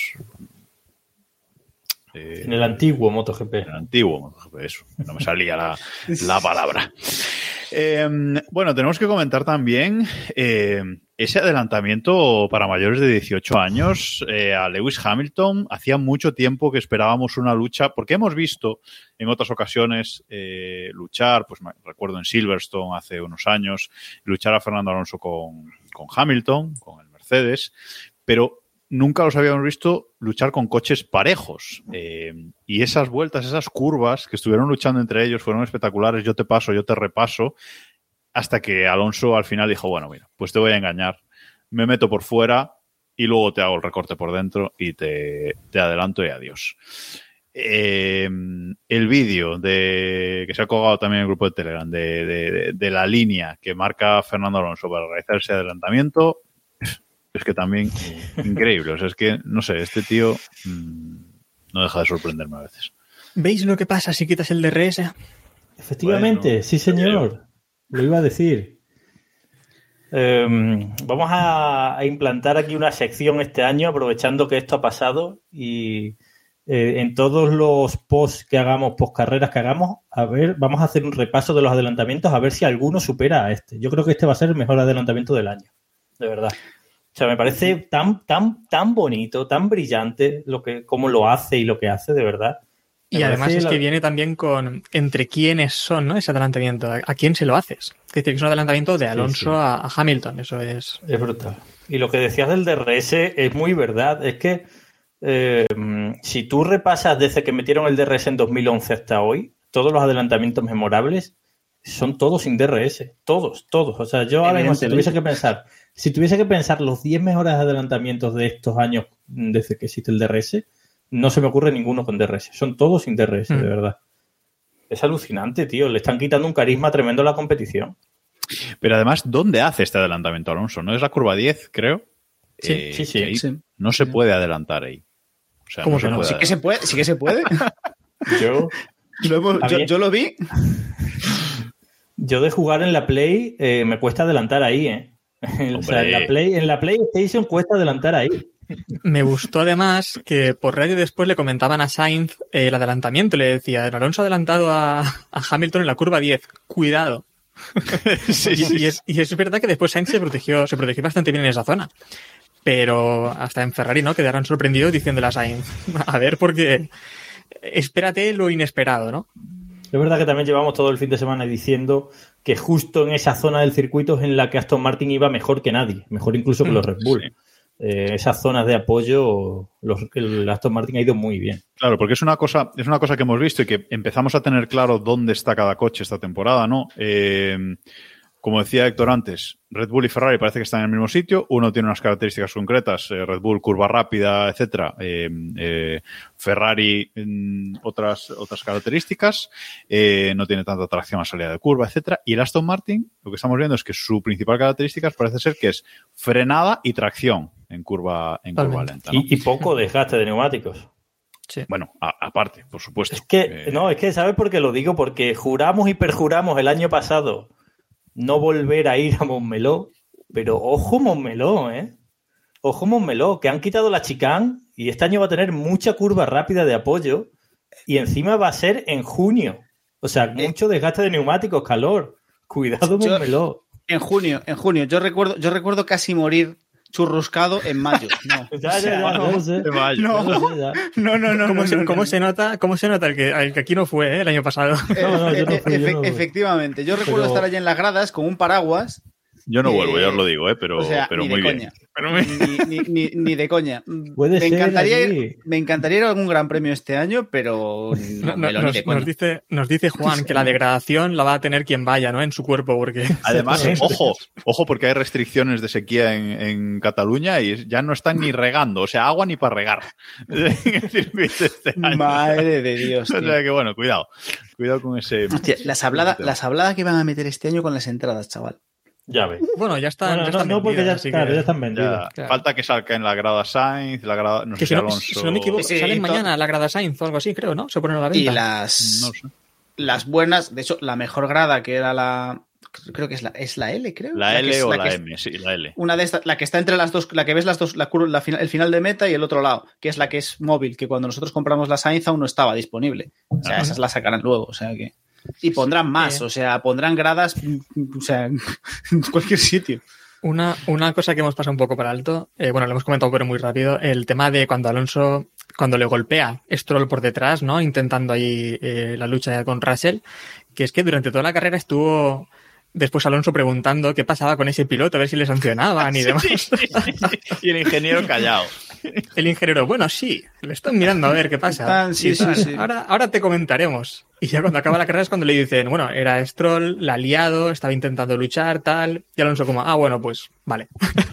eh, En el antiguo MotoGP. En el antiguo MotoGP, eso. No me salía la, la palabra. Eh, bueno, tenemos que comentar también eh, ese adelantamiento para mayores de dieciocho años eh, a Lewis Hamilton. Hacía mucho tiempo que esperábamos una lucha, porque hemos visto en otras ocasiones eh, luchar, pues me recuerdo en Silverstone hace unos años, luchar a Fernando Alonso con, con Hamilton, con el Mercedes, pero nunca los habíamos visto luchar con coches parejos. Eh, y esas vueltas, esas curvas que estuvieron luchando entre ellos fueron espectaculares. Yo te paso, yo te repaso. Hasta que Alonso al final dijo, bueno, mira, pues te voy a engañar. Me meto por fuera y luego te hago el recorte por dentro y te, te adelanto y adiós. Eh, el vídeo de que se ha colgado también en el grupo de Telegram de, de, de, de la línea que marca Fernando Alonso para realizar ese adelantamiento, es que también increíble. O sea, es que, no sé, este tío mmm, no deja de sorprenderme a veces. ¿Veis lo que pasa si quitas el D R S? Efectivamente, Bueno, sí señor. Lo iba a decir. Eh, vamos a, a implantar aquí una sección este año, aprovechando que esto ha pasado y eh, en todos los posts que hagamos, post carreras que hagamos, a ver, vamos a hacer un repaso de los adelantamientos a ver si alguno supera a este. Yo creo que este va a ser el mejor adelantamiento del año, de verdad. O sea, me parece tan, tan, tan bonito, tan brillante lo que, cómo lo hace y lo que hace, de verdad. Me Y además parece es la- que viene también con entre quiénes son, ¿no? Ese adelantamiento. ¿A, a quién se lo haces? Es decir, que es un adelantamiento de Alonso Sí, sí. A, a Hamilton. Eso es... Es brutal. Y lo que decías del D R S es muy verdad. Es que eh, si tú repasas desde que metieron el D R S en dos mil once hasta hoy, todos los adelantamientos memorables son todos sin D R S. Todos, todos. O sea, yo ahora mismo si tuviese que pensar, si tuviese que pensar los diez mejores adelantamientos de estos años desde que existe el D R S, no se me ocurre ninguno con D R S. Son todos sin D R S, Mm. de verdad. Es alucinante, tío. Le están quitando un carisma tremendo a la competición. Pero además, ¿dónde hace este adelantamiento Alonso? ¿No es la curva diez, creo? Sí, Eh, sí, sí. que ahí Sí. no se puede adelantar ahí. O sea, ¿Cómo no que se no? puede Sí que se puede, sí que se puede. Yo... Lo hemos- A yo, mí- yo lo vi. Yo de jugar en la Play eh, me cuesta adelantar ahí, ¿eh? O sea, en la, Play, en la PlayStation cuesta adelantar ahí. Me gustó además que por radio después le comentaban a Sainz eh, el adelantamiento. Le decía, Alonso ha adelantado a, a Hamilton en la curva diez. Cuidado. Sí, y, sí. y, es, y es verdad que después Sainz se protegió, se protegió bastante bien en esa zona. Pero hasta en Ferrari, ¿no? Quedaron sorprendidos diciéndole a Sainz, a ver, porque espérate lo inesperado, ¿no? Es verdad que también llevamos todo el fin de semana diciendo que justo en esa zona del circuito es en la que Aston Martin iba mejor que nadie, mejor incluso que los Red Bull. Sí. Eh, esas zonas de apoyo, los, el Aston Martin ha ido muy bien. Claro, porque es una cosa, es una cosa que hemos visto y que empezamos a tener claro dónde está cada coche esta temporada, ¿no? Eh, como decía Héctor antes, Red Bull y Ferrari parece que están en el mismo sitio. Uno tiene unas características concretas, eh, Red Bull curva rápida, etcétera. Eh, eh, Ferrari mm, otras otras características. Eh, no tiene tanta tracción a salida de curva, etcétera. Y el Aston Martin, lo que estamos viendo es que su principal característica parece ser que es frenada y tracción en curva en curva lenta, ¿no? Y, y poco desgaste de neumáticos. Sí. Bueno, a, aparte, por supuesto. Es que, eh, no, es que, ¿sabes por qué lo digo? Porque juramos y perjuramos el año pasado no volver a ir a Montmeló, pero ojo Montmeló, ¿eh? Ojo Montmeló, que han quitado la chicane y este año va a tener mucha curva rápida de apoyo y encima va a ser en junio. O sea, mucho desgaste de neumáticos, calor. Cuidado Montmeló. En junio, en junio. Yo recuerdo, yo recuerdo casi morir churruscado en mayo. No, ya, ya, ya, no, no, sé. mayo. No, no, ya. no, no, no. ¿Cómo, no, se, no, ¿cómo no. se nota, cómo se nota el que, el que aquí no fue eh, el año pasado? No, no, yo no fui, yo no fui. Efectivamente. Yo recuerdo Pero... estar allí en las gradas con un paraguas. Yo no eh, vuelvo, ya os lo digo, ¿eh? Pero, o sea, pero ni muy de bien. coña. Pero muy... Ni, ni, ni, ni de coña. Puede me ser encantaría allí. ir, me encantaría ir a algún gran premio este año, pero no, No, me lo nos, ni de coña. nos, dice, nos dice Juan que la degradación la va a tener quien vaya, ¿no? En su cuerpo, porque... Además, ojo, ojo, porque hay restricciones de sequía en, en Cataluña y ya no están ni regando, o sea, agua ni para regar. En el circuito este año. Madre de Dios, O tío. sea que bueno, cuidado. Cuidado con ese... Hostia, las habladas las hablada que van a meter este año con las entradas, chaval. Ya ves. Bueno, ya están, Bueno, ya no, están no, porque ya, vendidas, así claro, que- ya están Ya, vendidas. Claro. falta que salga en la grada Sainz, la grada... No sé Que si si no, Alonso... si no me equivoco, Sí, salen to- mañana la grada Sainz o algo así, creo, ¿no? Se ponen a la venta. Y las, No sé. las buenas, de hecho, la mejor grada que era la. Creo que es la, es la L, creo. La que L es- o que la es- M, sí, la L. Una de estas, la que está entre las dos, la que ves las dos, la, curva- la final- el final de meta y el otro lado, que es la que es móvil, que cuando nosotros compramos la Sainz aún no estaba disponible. O sea, Ajá. esas las sacarán luego, o sea que. Y pondrán más, Eh. o sea, pondrán gradas, o sea, en cualquier sitio. Una, una cosa que hemos pasado un poco por alto, eh, bueno, lo hemos comentado pero muy rápido, el tema de cuando Alonso, cuando le golpea Stroll por detrás, ¿no? Intentando ahí eh, la lucha con Russell, que es que durante toda la carrera estuvo después Alonso preguntando qué pasaba con ese piloto, a ver si le sancionaban y demás. Y el ingeniero callado. El ingeniero, bueno, sí, le estoy mirando a ver qué pasa. Ah, sí, Y tal, sí, sí. Ahora, ahora te comentaremos. Y ya cuando acaba la carrera es cuando le dicen, bueno, era Stroll, la ha liado, estaba intentando luchar, tal. Y Alonso como, ah, bueno, pues, vale.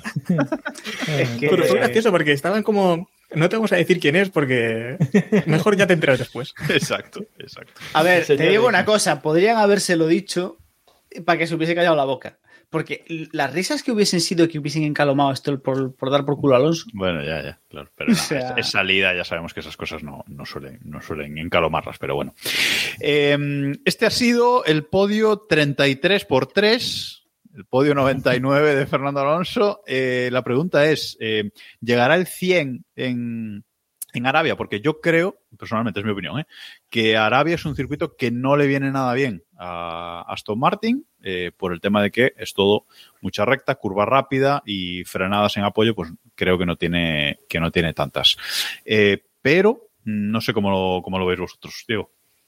Es que, Pero fue gracioso porque estaban como, no te vamos a decir quién es porque mejor ya te enteras después. Exacto, exacto. a ver, te Señor digo X. una cosa, podrían habérselo dicho para que se hubiese callado la boca. Porque las risas que hubiesen sido que hubiesen encalomado a Stroll por, por dar por culo a Alonso. Bueno, ya, ya, claro. Pero O nada, sea- es, es salida, ya sabemos que esas cosas no, no, suelen, no suelen encalomarlas, pero bueno. Eh, este ha sido el podio treinta y tres por tres, el podio noventa y nueve de Fernando Alonso. Eh, la pregunta es, eh, ¿llegará el cien en, en Arabia? Porque yo creo, personalmente es mi opinión, ¿eh? que Arabia es un circuito que no le viene nada bien a Aston Martin, eh, por el tema de que es todo mucha recta, curva rápida y frenadas en apoyo, pues creo que no tiene, que no tiene tantas. Eh, pero no sé cómo lo, cómo lo veis vosotros, Diego.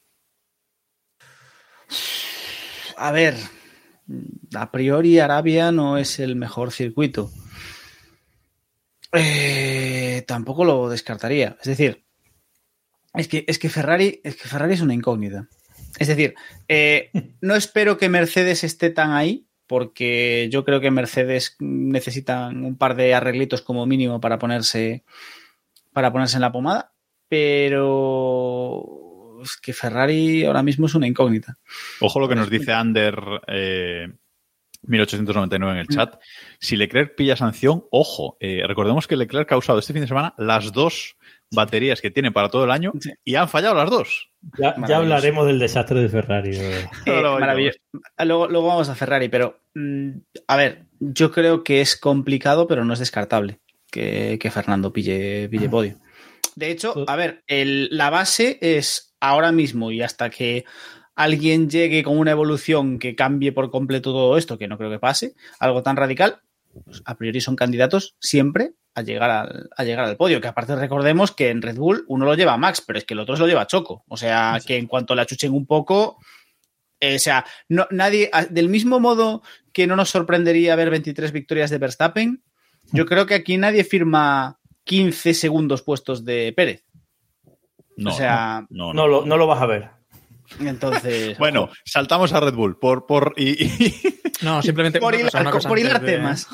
A ver, a priori Arabia no es el mejor circuito. Eh, tampoco lo descartaría. Es decir, es que, es que Ferrari, es que Ferrari es una incógnita. Es decir, eh, no espero que Mercedes esté tan ahí, porque yo creo que Mercedes necesitan un par de arreglitos como mínimo para ponerse, para ponerse en la pomada, pero es que Ferrari ahora mismo es una incógnita. Ojo lo que nos dice Ander eh, mil ochocientos noventa y nueve en el chat. Si Leclerc pilla sanción, ojo, eh, recordemos que Leclerc ha usado este fin de semana las dos baterías que tiene para todo el año Sí. y han fallado las dos. Ya, ya hablaremos del desastre de Ferrari. Eh, maravilloso. Luego, luego vamos a Ferrari, pero mmm, a ver, yo creo que es complicado, pero no es descartable que, que Fernando pille, pille podio. De hecho, a ver, el, la base es ahora mismo y hasta que alguien llegue con una evolución que cambie por completo todo esto, que no creo que pase, algo tan radical, pues a priori son candidatos siempre a llegar al, a llegar al podio, que aparte recordemos que en Red Bull uno lo lleva a Max, pero es que el otro se lo lleva a Choco, o sea, sí. que en cuanto la achuchen un poco, eh, o sea, no, nadie, del mismo modo que no nos sorprendería ver veintitrés victorias de Verstappen, yo creo que aquí nadie firma quince segundos puestos de Pérez. No, o sea, no, no, no, no, lo, no lo vas a ver. Entonces, bueno, ojo. Saltamos a Red Bull por, por y, y... no, simplemente por, hilar, cosa, cosa por hilar de... temas.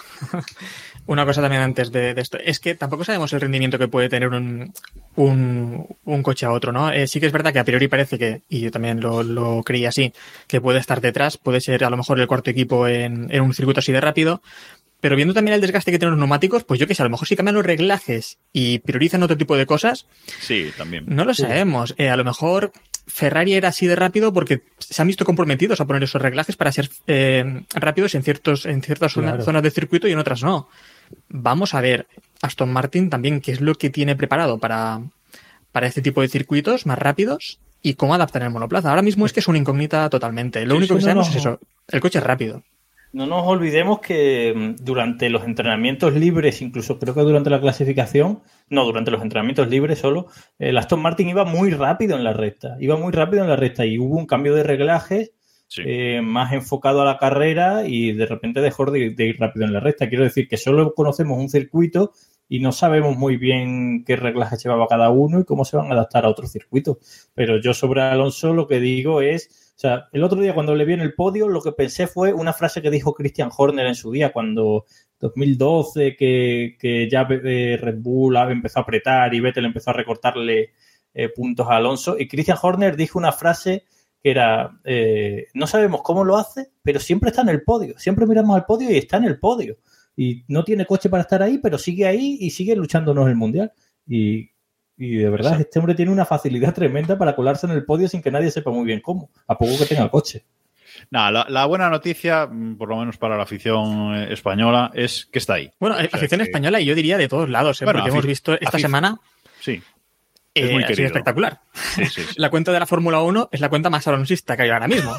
Una cosa también antes de, de esto, es que tampoco sabemos el rendimiento que puede tener un, un, un coche a otro, ¿no? Eh, sí que es verdad que a priori parece que, y yo también lo, lo creí así, que puede estar detrás, puede ser a lo mejor el cuarto equipo en, en un circuito así de rápido, pero viendo también el desgaste que tienen los neumáticos, pues yo que sé, a lo mejor si cambian los reglajes y priorizan otro tipo de cosas, sí, también. No lo sabemos. Eh, a lo mejor Ferrari era así de rápido porque se han visto comprometidos a poner esos reglajes para ser eh, rápidos en ciertos en ciertas claro. zonas, zonas de circuito y en otras no. Vamos a ver Aston Martin también qué es lo que tiene preparado para, para este tipo de circuitos más rápidos y cómo adaptar el monoplaza. Ahora mismo es que es una incógnita totalmente. Lo único que sabemos es eso, el coche es rápido. No nos olvidemos que durante los entrenamientos libres, incluso creo que durante la clasificación, no, durante los entrenamientos libres solo, el Aston Martin iba muy rápido en la recta, iba muy rápido en la recta y hubo un cambio de reglajes sí. eh, más enfocado a la carrera y de repente dejó de, de ir rápido en la recta. Quiero decir que solo conocemos un circuito y no sabemos muy bien qué reglajes llevaba cada uno y cómo se van a adaptar a otro circuito. Pero yo sobre Alonso lo que digo es... O sea, el otro día cuando le vi en el podio, lo que pensé fue una frase que dijo Christian Horner en su día, cuando dos mil doce, que, que ya eh, Red Bull empezó a apretar y Vettel empezó a recortarle eh, puntos a Alonso. Y Christian Horner dijo una frase que era, eh, no sabemos cómo lo hace, pero siempre está en el podio. Siempre miramos al podio y está en el podio. Y no tiene coche para estar ahí, pero sigue ahí y sigue luchándonos el Mundial. Y... Y de verdad, este hombre tiene una facilidad tremenda para colarse en el podio sin que nadie sepa muy bien cómo, a poco que tenga el coche. Nada, la, la buena noticia, por lo menos para la afición española, es que está ahí. Bueno, o sea, afición que... española y yo diría de todos lados, ¿eh? Bueno, porque afic... hemos visto esta afic... semana... Sí. Es eh, muy querido. Espectacular. Sí, sí, sí. La cuenta de la Fórmula uno es la cuenta más alonsista que hay ahora mismo.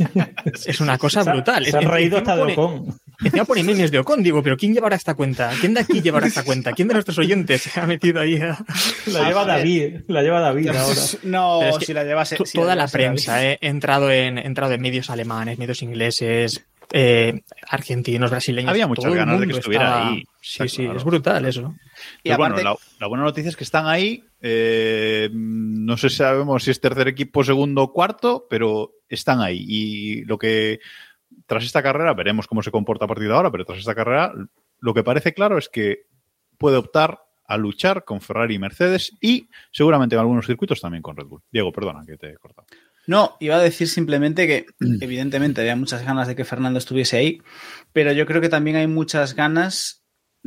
Es una cosa brutal. Se ha reído hasta de Ocon. Encima pone memes de Ocon. Digo, pero ¿quién llevará esta cuenta? ¿Quién de aquí llevará esta cuenta? ¿Quién de nuestros oyentes se ha metido ahí? A... La lleva David. La lleva David ahora. No, es que si la llevase... T- si toda la, la prensa eh, entrado en entrado en medios alemanes, medios ingleses, eh, argentinos, brasileños. Había muchas ganas de que estuviera estaba... ahí. Sí, sí, claro. Es brutal eso. Y aparte... bueno, la, la buena noticia es que están ahí. Eh, no sé si sabemos si es tercer equipo, segundo o cuarto, pero están ahí. Y lo que tras esta carrera, veremos cómo se comporta a partir de ahora, pero tras esta carrera, lo que parece claro es que puede optar a luchar con Ferrari y Mercedes y seguramente en algunos circuitos también con Red Bull. Diego, perdona que te he cortado. No, iba a decir simplemente que evidentemente había muchas ganas de que Fernando estuviese ahí, pero yo creo que también hay muchas ganas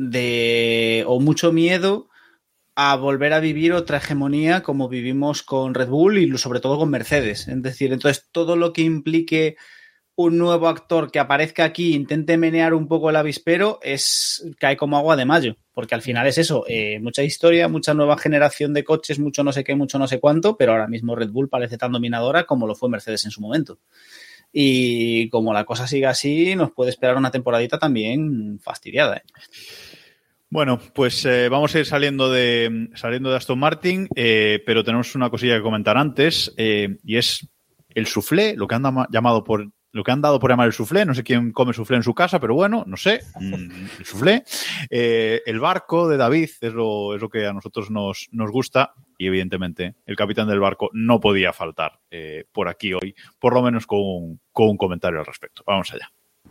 de, o mucho miedo a volver a vivir otra hegemonía como vivimos con Red Bull y sobre todo con Mercedes. Es decir, entonces todo lo que implique un nuevo actor que aparezca aquí e intente menear un poco el avispero es cae como agua de mayo, porque al final es eso, eh, mucha historia, mucha nueva generación de coches, mucho no sé qué, mucho no sé cuánto, pero ahora mismo Red Bull parece tan dominadora como lo fue Mercedes en su momento. Y como la cosa siga así, nos puede esperar una temporadita también fastidiada, ¿eh? Bueno, pues eh, vamos a ir saliendo de saliendo de Aston Martin, eh, pero tenemos una cosilla que comentar antes, eh, y es el soufflé, lo que han llamado por lo que han dado por llamar el soufflé. No sé quién come soufflé en su casa, pero bueno, no sé, el soufflé. Eh, el barco de David es lo, es lo que a nosotros nos, nos gusta y evidentemente el capitán del barco no podía faltar eh, por aquí hoy, por lo menos con un, con un comentario al respecto. Vamos allá.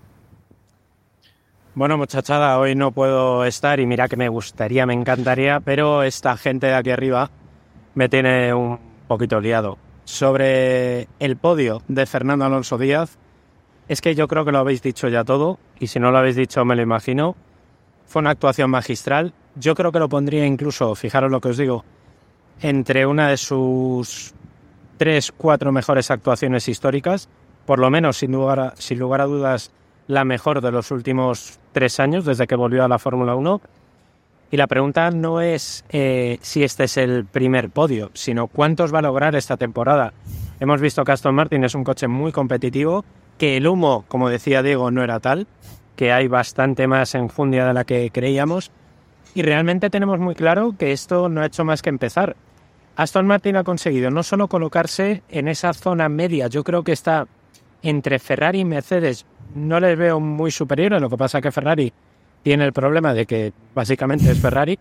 Bueno, muchachada, hoy no puedo estar y mira que me gustaría, me encantaría, pero esta gente de aquí arriba me tiene un poquito liado. Sobre el podio de Fernando Alonso Díaz, es que yo creo que lo habéis dicho ya todo, y si no lo habéis dicho me lo imagino. Fue una actuación magistral. Yo creo que lo pondría incluso, fijaros lo que os digo, entre una de sus tres, cuatro mejores actuaciones históricas, por lo menos sin lugar a, sin lugar a dudas la mejor de los últimos tres años desde que volvió a la Fórmula uno. Y la pregunta no es eh, si este es el primer podio, sino cuántos va a lograr esta temporada. Hemos visto que Aston Martin es un coche muy competitivo, que el humo, como decía Diego, no era tal, que hay bastante más enjundia de la que creíamos, y realmente tenemos muy claro que esto no ha hecho más que empezar. Aston Martin ha conseguido no solo colocarse en esa zona media, yo creo que está entre Ferrari y Mercedes, no les veo muy superiores, lo que pasa es que Ferrari tiene el problema de que básicamente es Ferrari,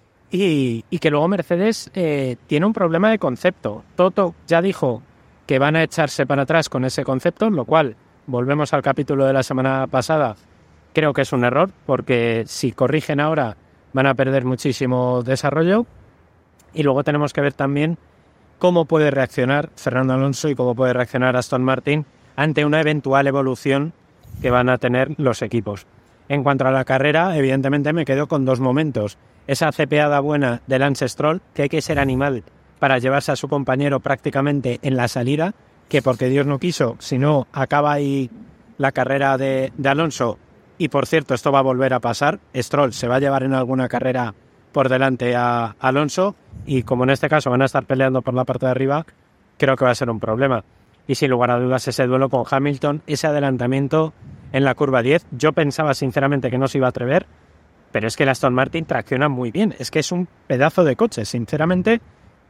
y, y que luego Mercedes eh, tiene un problema de concepto. Toto ya dijo que van a echarse para atrás con ese concepto, lo cual, volvemos al capítulo de la semana pasada, creo que es un error, porque si corrigen ahora van a perder muchísimo desarrollo. Y luego tenemos que ver también cómo puede reaccionar Fernando Alonso y cómo puede reaccionar Aston Martin ante una eventual evolución que van a tener los equipos. En cuanto a la carrera, evidentemente me quedo con dos momentos. Esa cepeada buena de Lance Stroll, que hay que ser animal para llevarse a su compañero prácticamente en la salida, que porque Dios no quiso, si no acaba ahí la carrera de, de Alonso. Y por cierto, esto va a volver a pasar. Stroll se va a llevar en alguna carrera por delante a Alonso, y como en este caso van a estar peleando por la parte de arriba, creo que va a ser un problema. Y sin lugar a dudas ese duelo con Hamilton, ese adelantamiento en la curva diez, yo pensaba sinceramente que no se iba a atrever, pero es que el Aston Martin tracciona muy bien, es que es un pedazo de coche, sinceramente,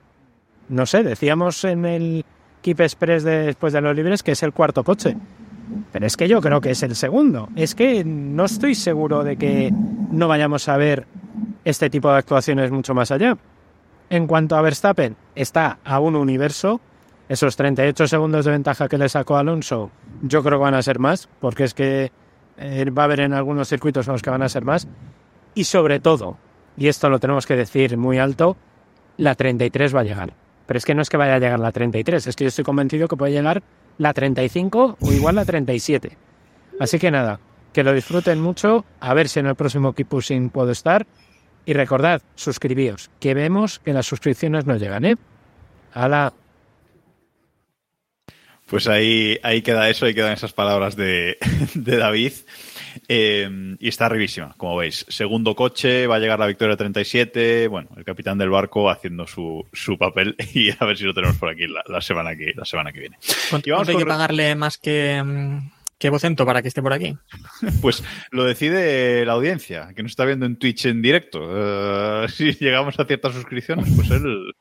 no sé, decíamos en el Keep Express de, después de los libres que es el cuarto coche, pero es que yo creo que es el segundo, es que no estoy seguro de que no vayamos a ver este tipo de actuaciones mucho más allá. En cuanto a Verstappen, está a un universo. Esos treinta y ocho segundos de ventaja que le sacó Alonso, yo creo que van a ser más, porque es que eh, va a haber en algunos circuitos en los que van a ser más. Y sobre todo, y esto lo tenemos que decir muy alto, la treinta y tres va a llegar. Pero es que no es que vaya a llegar la treinta y tres, es que yo estoy convencido que puede llegar la treinta y cinco o igual la treinta y siete. Así que nada, que lo disfruten mucho, a ver si en el próximo Keep Pushing puedo estar. Y recordad, suscribíos, que vemos que las suscripciones no llegan, ¿eh? ¡Hala! Pues ahí, ahí queda eso, ahí quedan esas palabras de, de David. Eh, y está arribísima, como veis. Segundo coche, va a llegar la victoria treinta y siete. Bueno, el capitán del barco haciendo su, su papel, y a ver si lo tenemos por aquí la, la, semana, que, la semana que viene. ¿Cuánto hay que pagarle más que, que Vocento para que esté por aquí? Pues lo decide la audiencia, que nos está viendo en Twitch en directo. Uh, si llegamos a ciertas suscripciones, pues él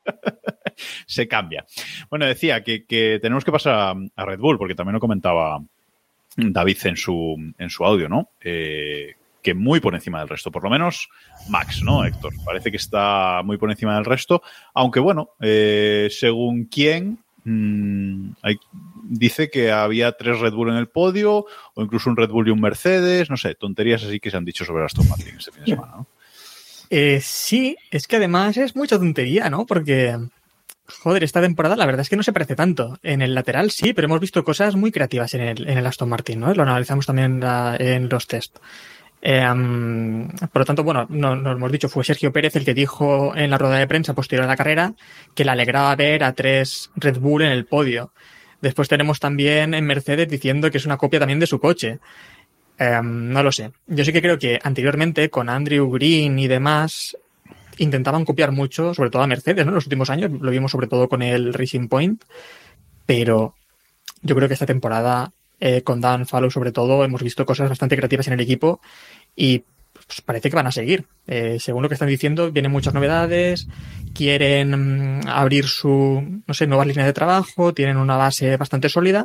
se cambia. Bueno, decía que, que tenemos que pasar a, a Red Bull, porque también lo comentaba David en su, en su audio, ¿no? Eh, que muy por encima del resto, por lo menos Max, ¿no, Héctor? Parece que está muy por encima del resto, aunque bueno, eh, según quién, mmm, hay, dice que había tres Red Bull en el podio, o incluso un Red Bull y un Mercedes, no sé, tonterías así que se han dicho sobre Aston Martin este fin de semana, ¿no? Eh, sí, es que además es mucha tontería, ¿no? Porque, joder, esta temporada la verdad es que no se parece tanto. En el lateral sí, pero hemos visto cosas muy creativas en el, en el Aston Martin, ¿no? Lo analizamos también en, la, en los test. Eh, um, por lo tanto, bueno, no, no lo hemos dicho, fue Sergio Pérez el que dijo en la rueda de prensa posterior a la carrera que le alegraba ver a tres Red Bull en el podio. Después tenemos también en Mercedes diciendo que es una copia también de su coche. Eh, no lo sé. Yo sí que creo que anteriormente con Andrew Green y demás intentaban copiar mucho, sobre todo a Mercedes, ¿no? En los últimos años lo vimos sobre todo con el Racing Point, pero yo creo que esta temporada eh, con Dan Fallow sobre todo hemos visto cosas bastante creativas en el equipo y pues, parece que van a seguir. Eh, según lo que están diciendo, vienen muchas novedades, quieren mm, abrir su, no sé, nuevas líneas de trabajo, tienen una base bastante sólida.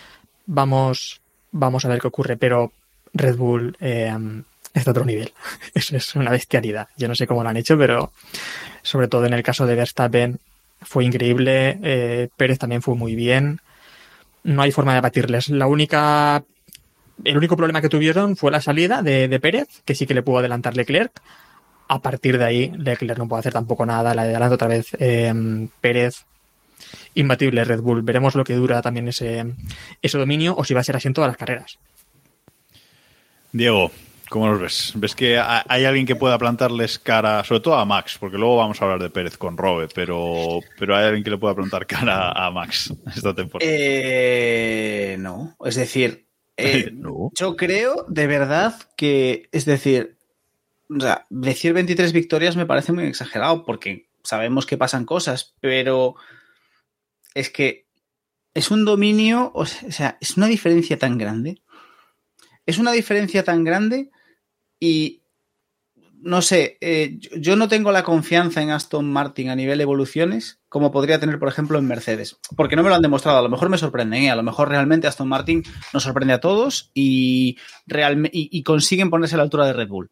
Vamos, vamos a ver qué ocurre, pero Red Bull eh, está a otro nivel. Eso es una bestialidad. Yo no sé cómo lo han hecho, pero sobre todo en el caso de Verstappen fue increíble. Eh, Pérez también fue muy bien. No hay forma de batirles. La única, el único problema que tuvieron fue la salida de, de Pérez, que sí que le pudo adelantar Leclerc. A partir de ahí, Leclerc no puede hacer tampoco nada. Le adelanta otra vez eh, Pérez. Imbatible Red Bull. Veremos lo que dura también ese, ese dominio o si va a ser así en todas las carreras. Diego, ¿Cómo los ves? ¿Ves que hay alguien que pueda plantarles cara, sobre todo a Max, porque luego vamos a hablar de Pérez con Robe, pero, pero hay alguien que le pueda plantar cara a Max esta temporada? Eh, no, es decir, eh, no. Yo creo de verdad que, es decir, o sea, decir veintitrés victorias me parece muy exagerado porque sabemos que pasan cosas, pero es que es un dominio, o sea, es una diferencia tan grande. Es una diferencia tan grande y no sé, eh, yo no tengo la confianza en Aston Martin a nivel evoluciones como podría tener, por ejemplo, en Mercedes, porque no me lo han demostrado. A lo mejor me sorprenden, ¿eh? A lo mejor realmente Aston Martin nos sorprende a todos y, real, y, y consiguen ponerse a la altura de Red Bull.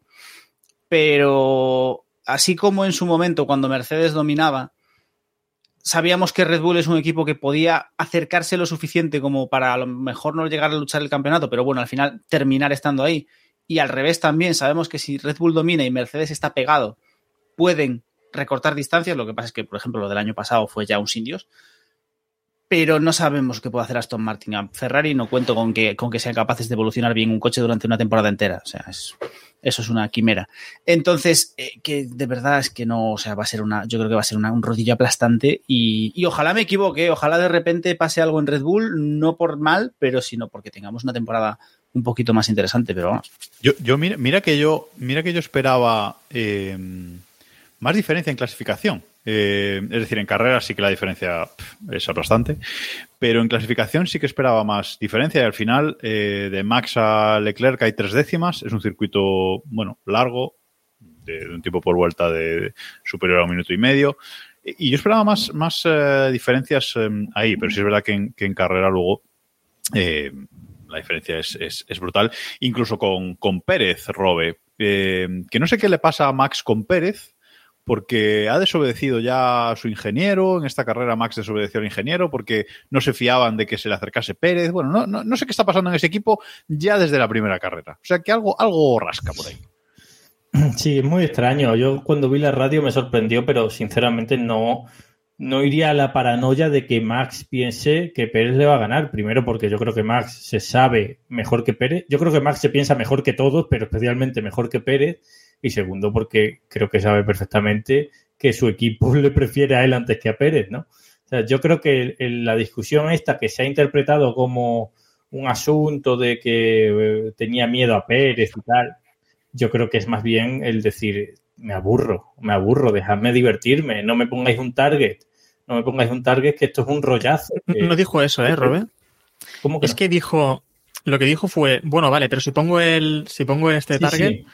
Pero así como en su momento, cuando Mercedes dominaba, sabíamos que Red Bull es un equipo que podía acercarse lo suficiente como para a lo mejor no llegar a luchar el campeonato, pero bueno, al final terminar estando ahí. Y al revés también, sabemos que si Red Bull domina y Mercedes está pegado, pueden recortar distancias. Lo que pasa es que, por ejemplo, lo del año pasado fue ya un sin Dios. Pero no sabemos qué puede hacer Aston Martin. A Ferrari no cuento con que, con que sean capaces de evolucionar bien un coche durante una temporada entera. O sea, es, eso es una quimera. Entonces, eh, que de verdad es que no, o sea, va a ser una, yo creo que va a ser una, un rodillo aplastante y, y ojalá me equivoque, ojalá de repente pase algo en Red Bull, no por mal, pero sino porque tengamos una temporada un poquito más interesante, pero vamos. Yo, yo mira, mira que yo, mira que yo esperaba eh, más diferencia en clasificación. Eh, es decir, en carrera sí que la diferencia pff, es aplastante, pero en clasificación sí que esperaba más diferencia y al final eh, de Max a Leclerc hay tres décimas, es un circuito, bueno, largo, de, de un tiempo por vuelta de superior a un minuto y medio, y yo esperaba más, más eh, diferencias eh, ahí, pero sí es verdad que en, que en carrera luego eh, la diferencia es, es, es brutal, incluso con, con Pérez, Robe, eh, que no sé qué le pasa a Max con Pérez, porque ha desobedecido ya a su ingeniero. En esta carrera Max desobedeció al ingeniero porque no se fiaban de que se le acercase Pérez. Bueno, no, no, no sé qué está pasando en ese equipo ya desde la primera carrera. O sea que algo, algo rasca por ahí. Sí, es muy extraño. Yo cuando vi la radio me sorprendió, pero sinceramente no, no iría a la paranoia de que Max piense que Pérez le va a ganar. Primero porque yo creo que Max se sabe mejor que Pérez. Yo creo que Max se piensa mejor que todos, pero especialmente mejor que Pérez. Y segundo, porque creo que sabe perfectamente que su equipo le prefiere a él antes que a Pérez, ¿no? O sea, yo creo que el, la discusión esta que se ha interpretado como un asunto de que eh, tenía miedo a Pérez y tal, yo creo que es más bien el decir, me aburro, me aburro, dejadme divertirme, no me pongáis un target, no me pongáis un target que esto es un rollazo. Que... No dijo eso, ¿eh, Robert? ¿Cómo que es no? que dijo, lo que dijo fue, bueno, vale, pero si pongo el, si pongo este sí, target... Sí.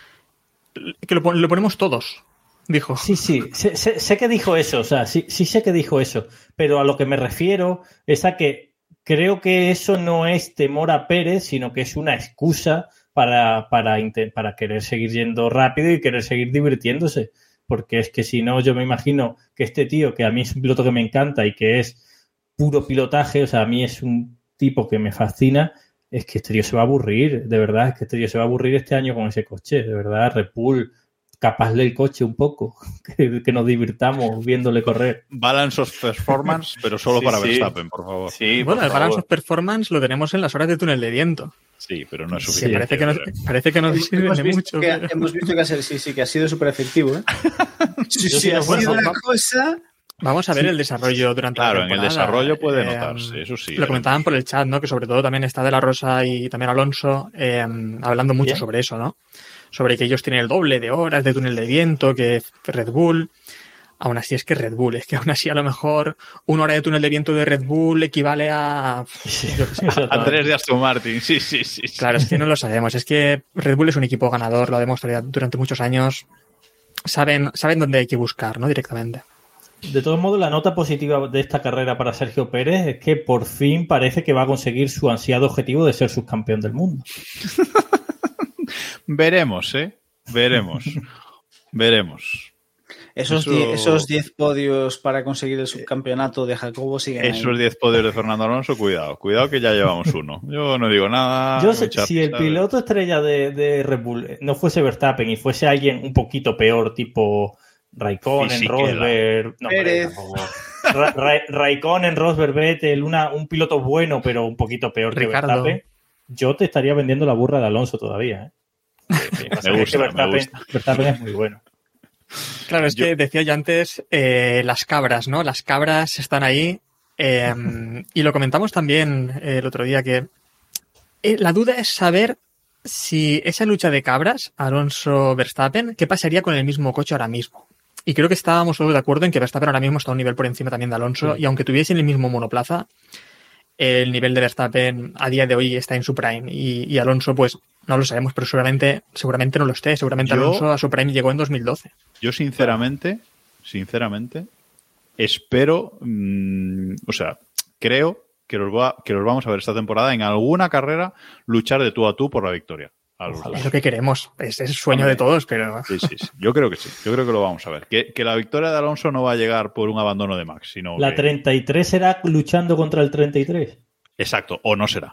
Que lo, lo ponemos todos, dijo. Sí, sí, sé, sé, sé que dijo eso, o sea, sí, sí sé que dijo eso, pero a lo que me refiero es a que creo que eso no es temor a Pérez, sino que es una excusa para, para, para querer seguir yendo rápido y querer seguir divirtiéndose, porque es que si no, yo me imagino que este tío, que a mí es un piloto que me encanta y que es puro pilotaje, o sea, a mí es un tipo que me fascina, es que este tío se va a aburrir, de verdad, es que este tío se va a aburrir este año con ese coche, de verdad, Red Bull, capazle el coche un poco, que, que nos divirtamos viéndole correr. Balance of performance, pero solo sí, para sí. Verstappen, por favor. Sí, bueno, por el balance favor. of performance lo tenemos en las horas de túnel de viento. Sí, pero no es Sí, suficiente. parece, que no, parece que no hemos, sirve hemos de visto mucho. que, pero... hemos visto que ha, sido, sí, sí, que ha sido súper efectivo, ¿eh? Sí, Yo sí, sí, ha bueno, sido una vamos- cosa... Vamos a ver Sí. el desarrollo durante Claro, la en el temporada. desarrollo puede Eh, notarse, eso sí. Lo comentaban por el chat, ¿no? Que sobre todo también está De La Rosa y también Alonso eh, hablando mucho Bien. sobre eso, ¿no? Sobre que ellos tienen el doble de horas de túnel de viento que Red Bull. Aún así es que Red Bull, es que aún así a lo mejor una hora de túnel de viento de Red Bull equivale a... yo qué sé. A tres de Aston Martin, sí, sí, sí. sí. Claro, es que no lo sabemos. Es que Red Bull es un equipo ganador, lo ha demostrado durante muchos años. Saben, saben dónde hay que buscar, ¿no? Directamente. De todos modos, la nota positiva de esta carrera para Sergio Pérez es que por fin parece que va a conseguir su ansiado objetivo de ser subcampeón del mundo. Veremos, ¿eh? Veremos. Veremos. Esos Eso- die- esos diez podios para conseguir el subcampeonato de Jacobo siguen ahí. Esos diez podios de Fernando Alonso, cuidado. Cuidado que ya llevamos uno. Yo no digo nada. Yo sé, mucha si el risa, piloto estrella de, de Red Bull no fuese Verstappen y fuese alguien un poquito peor, tipo Raikkonen, Fisichella. Rosberg, no, Pérez. hombre, tampoco. Ra- Ra- Raikkonen, Rosberg, Vettel, una, un piloto bueno pero un poquito peor que Ricardo. Verstappen, yo te estaría vendiendo la burra de Alonso todavía, ¿eh? Sí, me gusta, me Verstappen, gusta. Verstappen es muy bueno. Claro, es Yo- que decía yo antes eh, las cabras, ¿no? Las cabras están ahí eh, y lo comentamos también eh, el otro día que eh, la duda es saber si esa lucha de cabras, Alonso-Verstappen, ¿qué pasaría con el mismo coche ahora mismo? Y creo que estábamos todos de acuerdo en que Verstappen ahora mismo está a un nivel por encima también de Alonso y aunque tuviesen el mismo monoplaza, el nivel de Verstappen a día de hoy está en su prime y, y Alonso pues no lo sabemos, pero seguramente, seguramente no lo esté. Seguramente Yo- Alonso a su prime llegó en dos mil doce. Yo sinceramente, sinceramente, espero, mmm, o sea, creo que los, va, que los vamos a ver esta temporada en alguna carrera luchar de tú a tú por la victoria. A los dos. Es lo que queremos, es, es el sueño Hombre. de todos, pero Sí, sí, sí. Yo creo que sí. Yo creo que lo vamos a ver. Que, que la victoria de Alonso no va a llegar por un abandono de Max, sino La que... treinta y tres será luchando contra el treinta y tres. Exacto, o no será.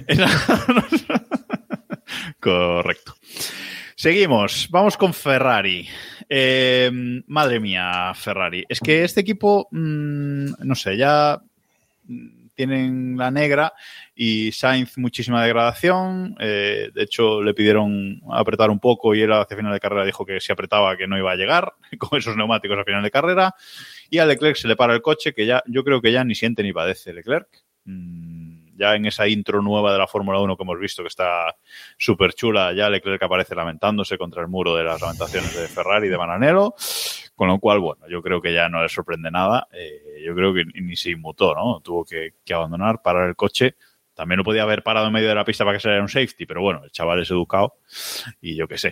Correcto. Seguimos, vamos con Ferrari. Eh, madre mía, Ferrari. Es que este equipo, mmm, no sé, ya tienen la negra y Sainz muchísima degradación. Eh, de hecho, le pidieron apretar un poco y él hacia final de carrera dijo que si apretaba que no iba a llegar con esos neumáticos a final de carrera. Y a Leclerc se le para el coche, que ya yo creo que ya ni siente ni padece Leclerc. Mm, ya en esa intro nueva de la Fórmula uno que hemos visto, que está súper chula, ya Leclerc aparece lamentándose contra el muro de las lamentaciones de Ferrari y de Maranello, con lo cual, bueno, yo creo que ya no le sorprende nada. Eh, yo creo que ni se inmutó, ¿no? Tuvo que, que abandonar, parar el coche. También lo podía haber parado en medio de la pista para que saliera un safety, pero bueno, el chaval es educado y yo qué sé.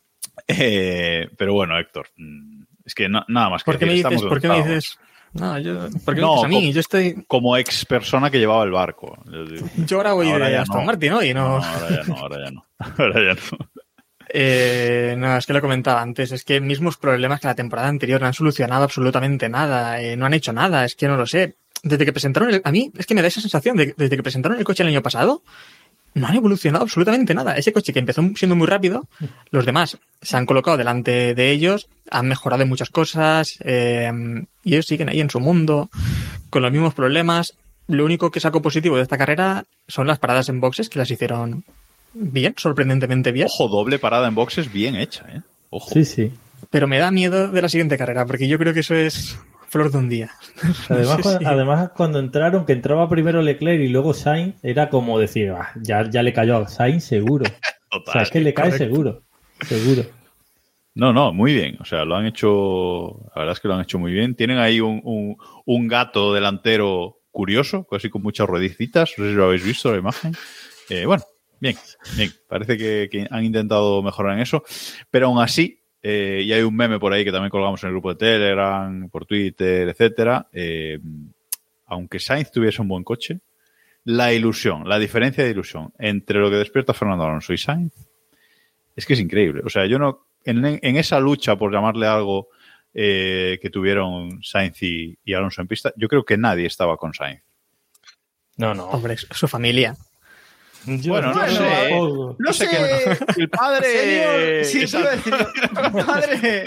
Eh, pero bueno, Héctor, es que no, nada más que ¿por qué me decir, dices? estamos ¿Por qué me enfadados. dices? No, yo, ¿por qué me No, dices a mí? como- Yo estoy, Como ex persona que llevaba el barco. yo ahora voy Ahora de ya Aston no. Martin, ¿no? Y no, No, ahora ya no, ahora ya no. Ahora ya no. Eh, no, es que lo comentaba antes, es que mismos problemas que la temporada anterior no han solucionado absolutamente nada, eh, no han hecho nada, es que no lo sé. Desde que presentaron el, a mí es que me da esa sensación de que desde que presentaron el coche el año pasado no han evolucionado absolutamente nada. Ese coche que empezó siendo muy rápido, los demás se han colocado delante de ellos, han mejorado en muchas cosas eh, y ellos siguen ahí en su mundo con los mismos problemas. Lo único que saco positivo de esta carrera son las paradas en boxes que las hicieron bien, sorprendentemente bien. Ojo, doble parada en boxes bien hecha, ¿eh? Ojo. Sí, sí. Pero me da miedo de la siguiente carrera, porque yo creo que eso es flor de un día. Además, Sí, sí. cu- además, cuando entraron, que entraba primero Leclerc y luego Sainz, era como decir, "Ah, ya, ya le cayó a Sainz seguro. O sea, es que le cae correcto. seguro. Seguro. No, no, muy bien. O sea, lo han hecho, la verdad es que lo han hecho muy bien. Tienen ahí un, un, un gato delantero curioso, casi con muchas ruedecitas. No sé si lo habéis visto la imagen. Eh, bueno, bien, bien. Parece que, que han intentado mejorar en eso. Pero aún así, eh, y hay un meme por ahí que también colgamos en el grupo de Telegram, por Twitter, etcétera. Eh, aunque Sainz tuviese un buen coche, la ilusión, la diferencia de ilusión entre lo que despierta Fernando Alonso y Sainz es que es increíble. O sea, yo no, en, en esa lucha por llamarle algo eh, que tuvieron Sainz y, y Alonso en pista, yo creo que nadie estaba con Sainz. No, no. Hombre, es su familia. Yo- Bueno, no yo sé, ¿eh? tampoco. No sé, que el padre... Señor, sí, te iba a decir, padre.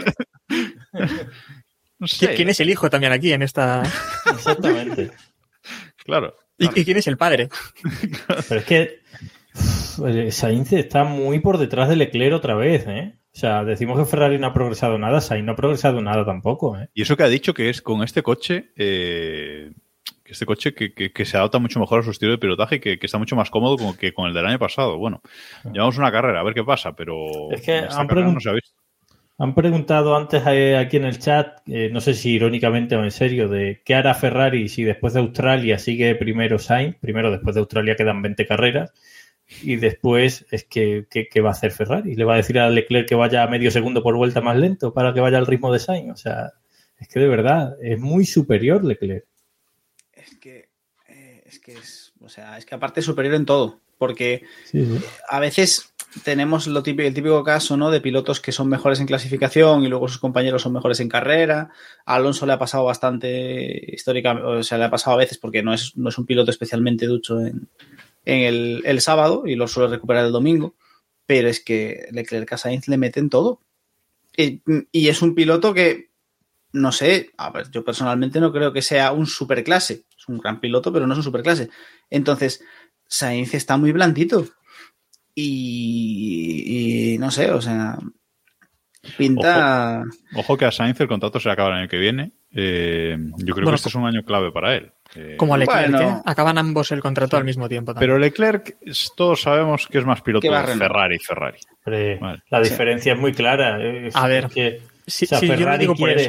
No sé. ¿Quién es el hijo también aquí en esta? Exactamente. Claro. ¿Y, y quién es el padre? Pero es que uf, Sainz está muy por detrás de Leclerc otra vez, ¿eh? O sea, decimos que Ferrari no ha progresado nada, Sainz no ha progresado nada tampoco, ¿eh? Y eso que ha dicho que es con este coche, eh, que este coche que, que, que se adapta mucho mejor a su estilo de pilotaje y que, que está mucho más cómodo con, que con el del año pasado. Bueno, llevamos una carrera, a ver qué pasa, pero Es que en esta han carrera pregun- no se ha visto. Han preguntado antes eh, aquí en el chat, eh, no sé si irónicamente o en serio, de qué hará Ferrari si después de Australia sigue primero Sainz. Primero, después de Australia quedan veinte carreras. Y después, es que, ¿qué, qué va a hacer Ferrari? ¿Le va a decir a Leclerc que vaya a medio segundo por vuelta más lento para que vaya al ritmo de Sainz? O sea, es que de verdad, es muy superior Leclerc. Es que, eh, es que es, o sea, es que aparte es superior en todo, porque Sí, sí. a veces tenemos lo típico, el típico caso, ¿no? De pilotos que son mejores en clasificación y luego sus compañeros son mejores en carrera. A Alonso le ha pasado bastante históricamente, o sea, le ha pasado a veces porque no es, no es un piloto especialmente ducho en, en el, el sábado y lo suele recuperar el domingo, pero es que Leclerc a Sainz le meten todo. Y, y es un piloto que, no sé, a ver, yo personalmente no creo que sea un superclase. Es un gran piloto, pero no es un superclase. Entonces, Sainz está muy blandito. y, y no sé, o sea, pinta... Ojo, ojo que a Sainz el contrato se acaba el año que viene. Eh, yo creo Bueno, que este es un año clave para él. Eh, Como a Leclerc, bueno. ¿eh? Acaban ambos el contrato Sí. al mismo tiempo también. Pero Leclerc, es- todos sabemos que es más piloto Que va a de renovar. Ferrari, Ferrari. Hombre, Vale. la diferencia es muy clara. Es- A ver, es que, sí, o sea, sí, yo lo Ferrari digo por quiere- eso.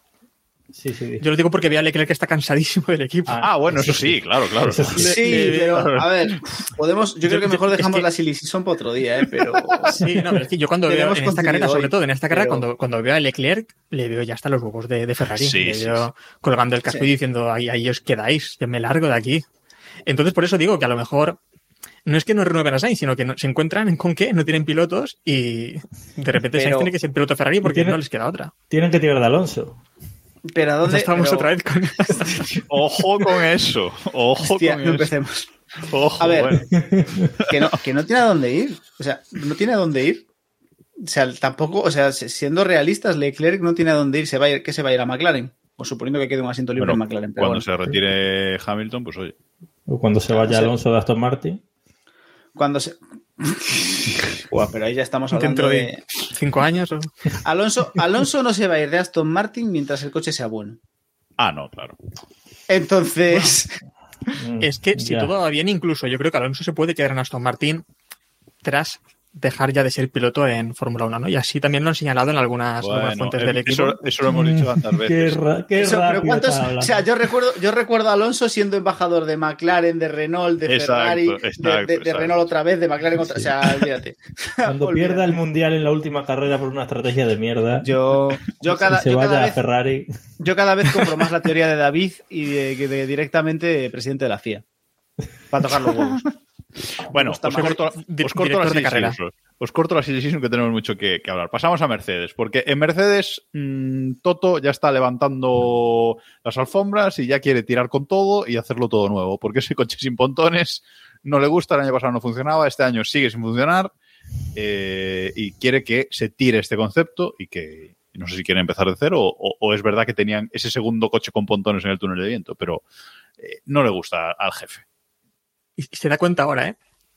Sí, sí. Yo lo digo porque veo a Leclerc que está cansadísimo del equipo. Ah, Ah, bueno, eso sí, claro, claro. Eso sí. Sí, Le- pero a ver, podemos, yo creo que mejor Es dejamos que- la silly season para otro día, ¿eh? Pero Sí, no, pero es que yo cuando veo Tenemos en esta contenido carrera, sobre hoy, todo en esta carrera, pero- cuando, cuando veo a Leclerc, le veo ya hasta los huevos de, de Ferrari. Sí, le sí, veo colgando el casco Sí. y diciendo, ahí, ahí os quedáis, yo me largo de aquí. Entonces, por eso digo que a lo mejor no es que no renueven a Sainz, sino que no- se encuentran con que no tienen pilotos y de repente Sainz Pero- tiene que ser piloto Ferrari porque tiene- no les queda otra. Tienen que tirar de Alonso. pero ¿a Ya dónde estamos pero- otra vez con... Ojo con eso. Ojo Hostia, con no eso. empecemos. Ojo, A ver. bueno. Que no, que no tiene a dónde ir. O sea, no tiene a dónde ir. O sea, tampoco, o sea, siendo realistas, Leclerc no tiene a dónde ir. Se va a ir, ¿qué se va a ir a McLaren? Pues suponiendo que quede un asiento libre Bueno, en McLaren. Pero Cuando bueno. se retire Hamilton, pues oye. O cuando se vaya Sí. Alonso de Aston Martin. Cuando se. Buah, pero ahí ya estamos hablando Dentro de. de cinco años. o- Alonso, Alonso no se va a ir de Aston Martin mientras el coche sea bueno. Ah, no, claro. Entonces. Mm, Es que si ya. todo va bien, incluso yo creo que Alonso se puede quedar en Aston Martin tras dejar ya de ser piloto en Fórmula uno, ¿no? Y así también lo han señalado en algunas, algunas Bueno, fuentes eh, del equipo. eso, eso lo hemos dicho tantas Qué, veces. ra- qué Eso, pero rápido ¿cuántos? estás O hablando. sea, yo recuerdo, yo recuerdo a Alonso siendo embajador de McLaren, de Renault, de Exacto, Ferrari, de- exacto, de, de exacto. Renault otra vez, de McLaren otra. O sea, olvídate. Cuando Olvídate. pierda el mundial en la última carrera por una estrategia de mierda, Yo, yo y cada, se yo vaya cada a vez, Ferrari. yo cada vez compro más la teoría de David y de, de, de directamente presidente de la F I A. Para tocar los huevos. Bueno, gusta os más. corto, Di- os corto director la de carrera. season. Os corto la season que tenemos mucho que, que hablar. Pasamos a Mercedes, porque en Mercedes mmm, Toto ya está levantando las alfombras y ya quiere tirar con todo y hacerlo todo nuevo, porque ese coche sin pontones no le gusta, el año pasado no funcionaba, este año sigue sin funcionar eh, y quiere que se tire este concepto y que no sé si quiere empezar de cero o, o, o es verdad que tenían ese segundo coche con pontones en el túnel de viento, pero eh, no le gusta al jefe. Y se da cuenta ahora, ¿eh?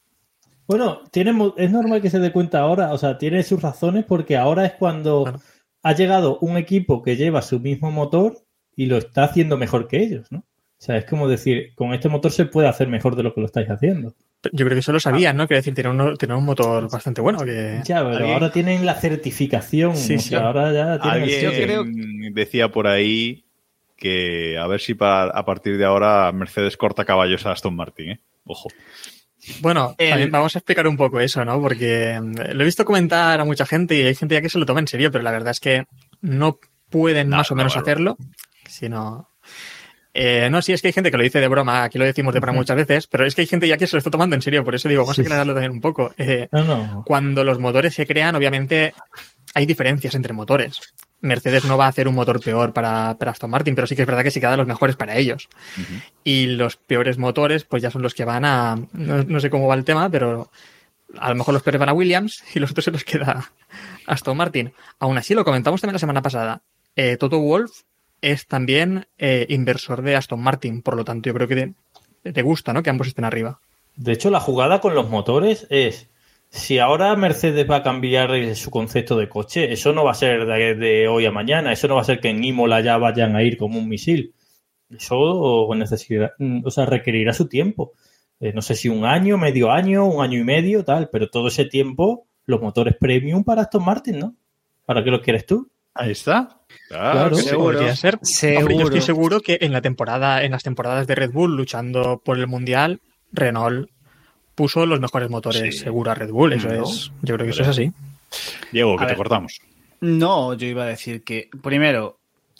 Bueno, tiene, mu- es normal que se dé cuenta ahora, o sea, tiene sus razones porque ahora es cuando Claro. ha llegado un equipo que lleva su mismo motor y lo está haciendo mejor que ellos, ¿no? O sea, es como decir, con este motor se puede hacer mejor de lo que lo estáis haciendo. Yo creo que eso lo sabían, ¿no? Quiero decir, tiene un, tiene un motor bastante bueno. Que... Ya, pero ¿Alguien? ahora tienen la certificación, Sí, o sí. sea, ahora ya tienen el Alguien sello. decía por ahí que a ver si para, a partir de ahora Mercedes corta caballos a Aston Martin, ¿eh? Ojo. Bueno, El- también vamos a explicar un poco eso, ¿no? Porque mm, lo he visto comentar a mucha gente y hay gente ya que se lo toma en serio, pero la verdad es que no pueden No, más o no, menos bueno. hacerlo, sino... Eh, no, sí, es que hay gente que lo dice de broma, aquí lo decimos de broma muchas veces, pero es que hay gente ya que se lo está tomando en serio, por eso digo, vamos a aclararlo también un poco. Eh, No, no. cuando los motores se crean, obviamente hay diferencias entre motores. Mercedes no va a hacer un motor peor para, para Aston Martin, pero sí que es verdad que se quedan los mejores para ellos. Uh-huh. Y los peores motores, pues ya son los que van a... No, no sé cómo va el tema, pero a lo mejor los peores van a Williams y los otros se los queda Aston Martin. Aún así, lo comentamos también la semana pasada. Eh, Toto Wolff es también eh, inversor de Aston Martin, por lo tanto yo creo que te, te gusta, ¿no? Que ambos estén arriba. De hecho, la jugada con los motores es, si ahora Mercedes va a cambiar eh, su concepto de coche, eso no va a ser de, de hoy a mañana, eso no va a ser que en Imola ya vayan a ir como un misil. Eso necesitará, o sea, requerirá su tiempo. Eh, no sé si un año, medio año, un año y medio, tal, pero todo ese tiempo, los motores premium para Aston Martin, ¿no? ¿Para qué lo quieres tú? Ahí está. Claro, Claro. que sí. Seguro. Podría ser. Seguro. Hombre, yo estoy seguro que en la temporada, en las temporadas de Red Bull luchando por el Mundial, Renault puso los mejores motores Sí. seguro a Red Bull. Eso No. es. Yo creo que eso es así. Diego, que A te ver. cortamos. No, yo iba a decir que, primero,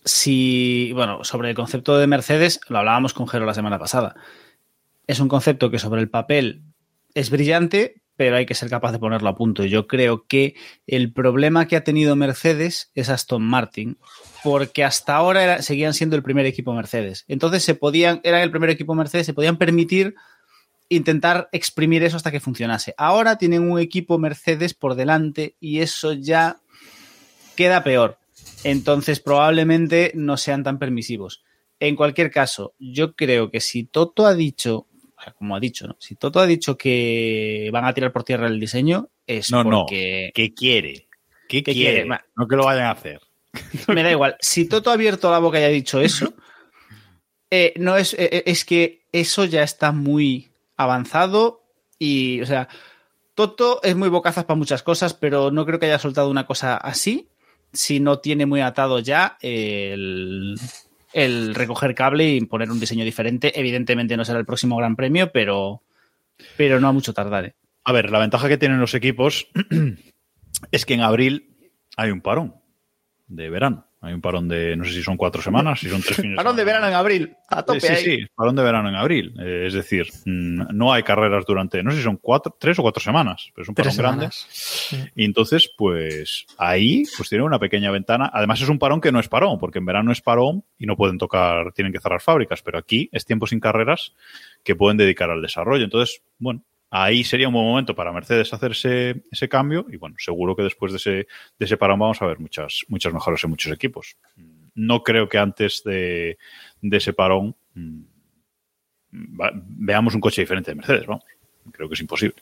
si, bueno, sobre el concepto de Mercedes, lo hablábamos con Jero la semana pasada. Es un concepto que sobre el papel es brillante, pero hay que ser capaz de ponerlo a punto. Yo creo que el problema que ha tenido Mercedes es Aston Martin, porque hasta ahora era, seguían siendo el primer equipo Mercedes. Entonces se podían, eran el primer equipo Mercedes, se podían permitir intentar exprimir eso hasta que funcionase. Ahora tienen un equipo Mercedes por delante y eso ya queda peor. Entonces probablemente no sean tan permisivos. En cualquier caso, yo creo que si Toto ha dicho como ha dicho, ¿no? Si Toto ha dicho que van a tirar por tierra el diseño, es no, porque... No, que quiere. ¿Qué que quiere? quiere? No que lo vayan a hacer. Me da igual. Si Toto ha abierto la boca y ha dicho eso, eh, no es, eh, es que eso ya está muy avanzado y, o sea, Toto es muy bocazas para muchas cosas, pero no creo que haya soltado una cosa así si no tiene muy atado ya el, el recoger cable y poner un diseño diferente. Evidentemente no será el próximo Gran Premio, pero, pero no a mucho tardar, ¿eh? A ver, la ventaja que tienen los equipos es que en abril hay un parón de verano. Hay un parón de, no sé si son cuatro semanas, si son tres fines de Parón de verano en abril, a tope. Sí, ahí. sí, parón de verano en abril. Eh, es decir, no hay carreras durante, no sé si son cuatro, tres o cuatro semanas, pero es un parón grande. Sí. Y entonces, pues ahí pues tiene una pequeña ventana. Además es un parón que no es parón, porque en verano es parón y no pueden tocar, tienen que cerrar fábricas, pero aquí es tiempo sin carreras que pueden dedicar al desarrollo. Entonces, bueno, ahí sería un buen momento para Mercedes hacer ese, ese cambio y bueno, seguro que después de ese, de ese parón vamos a ver muchas, muchas mejoras en muchos equipos. No creo que antes de, de ese parón va, veamos un coche diferente de Mercedes, ¿no? Creo que es imposible.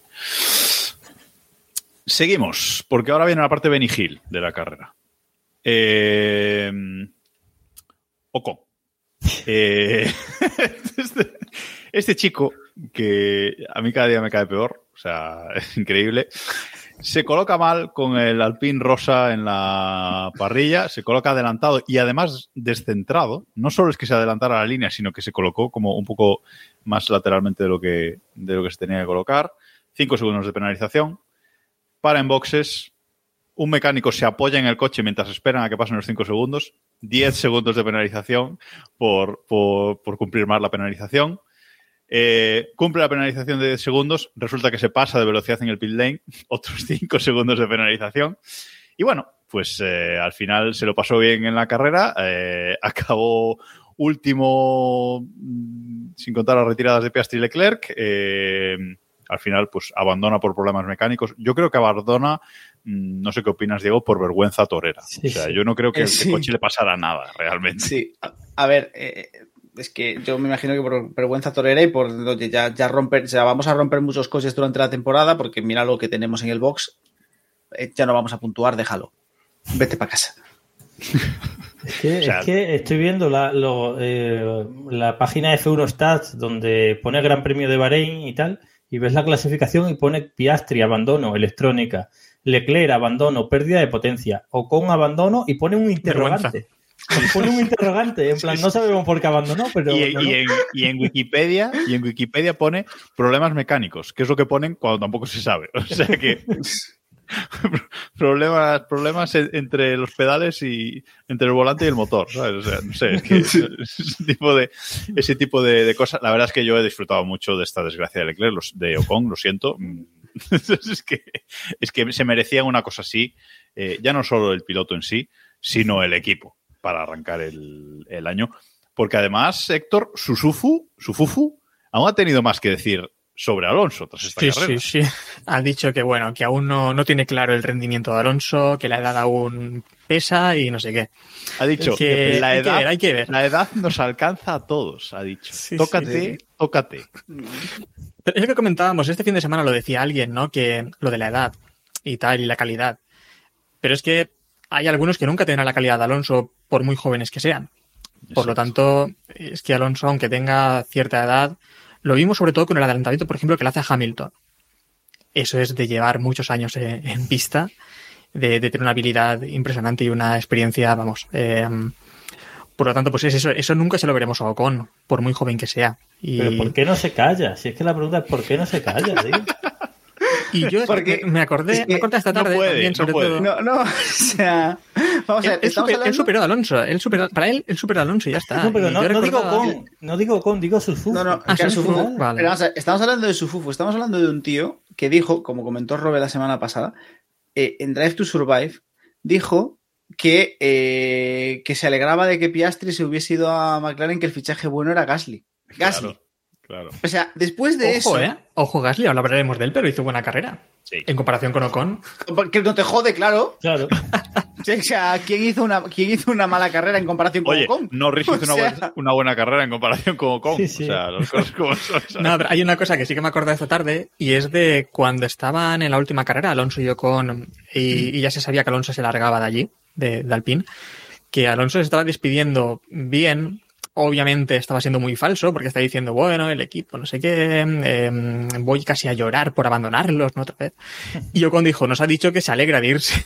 Seguimos, porque ahora viene la parte Benny Hill de la carrera. Eh, Ocon. Eh, este, este chico, que a mí cada día me cae peor, o sea, es increíble. Se coloca mal con el Alpine rosa en la parrilla, se coloca adelantado y además descentrado. No solo es que se adelantara a la línea, sino que se colocó como un poco más lateralmente de lo que, de lo que se tenía que colocar. Cinco segundos de penalización. Para en boxes. Un mecánico se apoya en el coche mientras esperan a que pasen los cinco segundos. Diez segundos de penalización por, por, por cumplir más la penalización. Eh, cumple la penalización de diez segundos, resulta que se pasa de velocidad en el pit lane, otros cinco segundos de penalización y bueno, pues eh, al final se lo pasó bien en la carrera, eh, acabó último sin contar las retiradas de Piastri y Leclerc, eh, al final pues abandona por problemas mecánicos. Yo creo que abandona, no sé qué opinas, Diego, por vergüenza torera. Sí, o sea, sí. Yo no creo que el sí. coche le pasara nada realmente. Sí, a, a ver, eh... es que yo me imagino que por vergüenza torera y por oye, ya, ya romper, o sea, vamos a romper muchos coches durante la temporada porque mira lo que tenemos en el box, eh, ya no vamos a puntuar, déjalo. Vete para casa. Es que, o sea, es que estoy viendo la, lo, eh, la página F uno Stats donde pone Gran Premio de Bahrein y tal, y ves la clasificación y pone Piastri, abandono, electrónica, Leclerc, abandono, pérdida de potencia, Ocon, abandono y pone un interrogante. Pone un interrogante, en plan, sí, sí. No sabemos por qué abandonó, pero... Y, y, en, y, en Wikipedia, y en Wikipedia pone problemas mecánicos, que es lo que ponen cuando tampoco se sabe. O sea que... problemas problemas entre los pedales y entre el volante y el motor, ¿sabes? O sea, no sé, es que ese tipo de, ese tipo de, de cosas... La verdad es que yo he disfrutado mucho de esta desgracia de Leclerc, los, de Ocon, lo siento. es, que, es que se merecía una cosa así, eh, ya no solo el piloto en sí, sino el equipo, para arrancar el, el año. Porque además, Héctor, su Sufu, su Fufu, aún ha tenido más que decir sobre Alonso tras esta sí, carrera. Sí, sí. Ha dicho que, bueno, que aún no, no tiene claro el rendimiento de Alonso, que la edad aún pesa y no sé qué. Ha dicho que, que la edad, hay que ver, hay que ver. La edad nos alcanza a todos, ha dicho. Sí, tócate, sí. tócate. Pero es lo que comentábamos, este fin de semana lo decía alguien, ¿no? Que lo de la edad y tal, y la calidad. Pero es que hay algunos que nunca tendrán la calidad de Alonso por muy jóvenes que sean. Por lo tanto, es que Alonso, aunque tenga cierta edad, lo vimos sobre todo con el adelantamiento, por ejemplo, que le hace a Hamilton. Eso es de llevar muchos años en, en pista, de, de tener una habilidad impresionante y una experiencia, vamos. Eh, por lo tanto, pues es eso, eso nunca se lo veremos a Ocon, por muy joven que sea. Y... Pero ¿por qué no se calla? Si es que la pregunta es ¿por qué no se calla? ¿Sí? Y yo Porque me acordé, es que me acordé esta tarde no puede, también, sobre no todo. No, no, o sea, vamos a ver, él, super, él superó a Alonso, él superó, para él, él superó a Alonso y ya está. No, pero no, no digo con, no digo con, digo Sufufu. No, no, ah, claro, Sufufu, Sufufu. Vale. Pero vamos a ver, estamos hablando de Sufufu, estamos hablando de un tío que dijo, como comentó Robe la semana pasada, eh, en Drive to Survive, dijo que, eh, que se alegraba de que Piastri se hubiese ido a McLaren, que el fichaje bueno era Gasly. Gasly. Claro, claro. O sea, después de Ojo, eso... ¿eh? Ojo, Gasly, ahora hablaremos de él, pero hizo buena carrera. Sí. En comparación con Ocon. Porque no te jode, claro. Claro. O sea, ¿quién hizo una, quién hizo una mala carrera en comparación con Oye, Ocon? Norris hizo O una, sea... buena, una buena carrera en comparación con Ocon. Sí, sí. O sea, las cosas como son. ¿Sabes? No, pero hay una cosa que sí que me acordé esta tarde y es de cuando estaban en la última carrera, Alonso y Ocon, y, y ya se sabía que Alonso se largaba de allí, de, de Alpine, que Alonso se estaba despidiendo bien. Obviamente estaba siendo muy falso porque está diciendo, bueno, el equipo, no sé qué, eh, voy casi a llorar por abandonarlos, ¿no? Otra vez. Y Ocon dijo, nos ha dicho que se alegra de irse.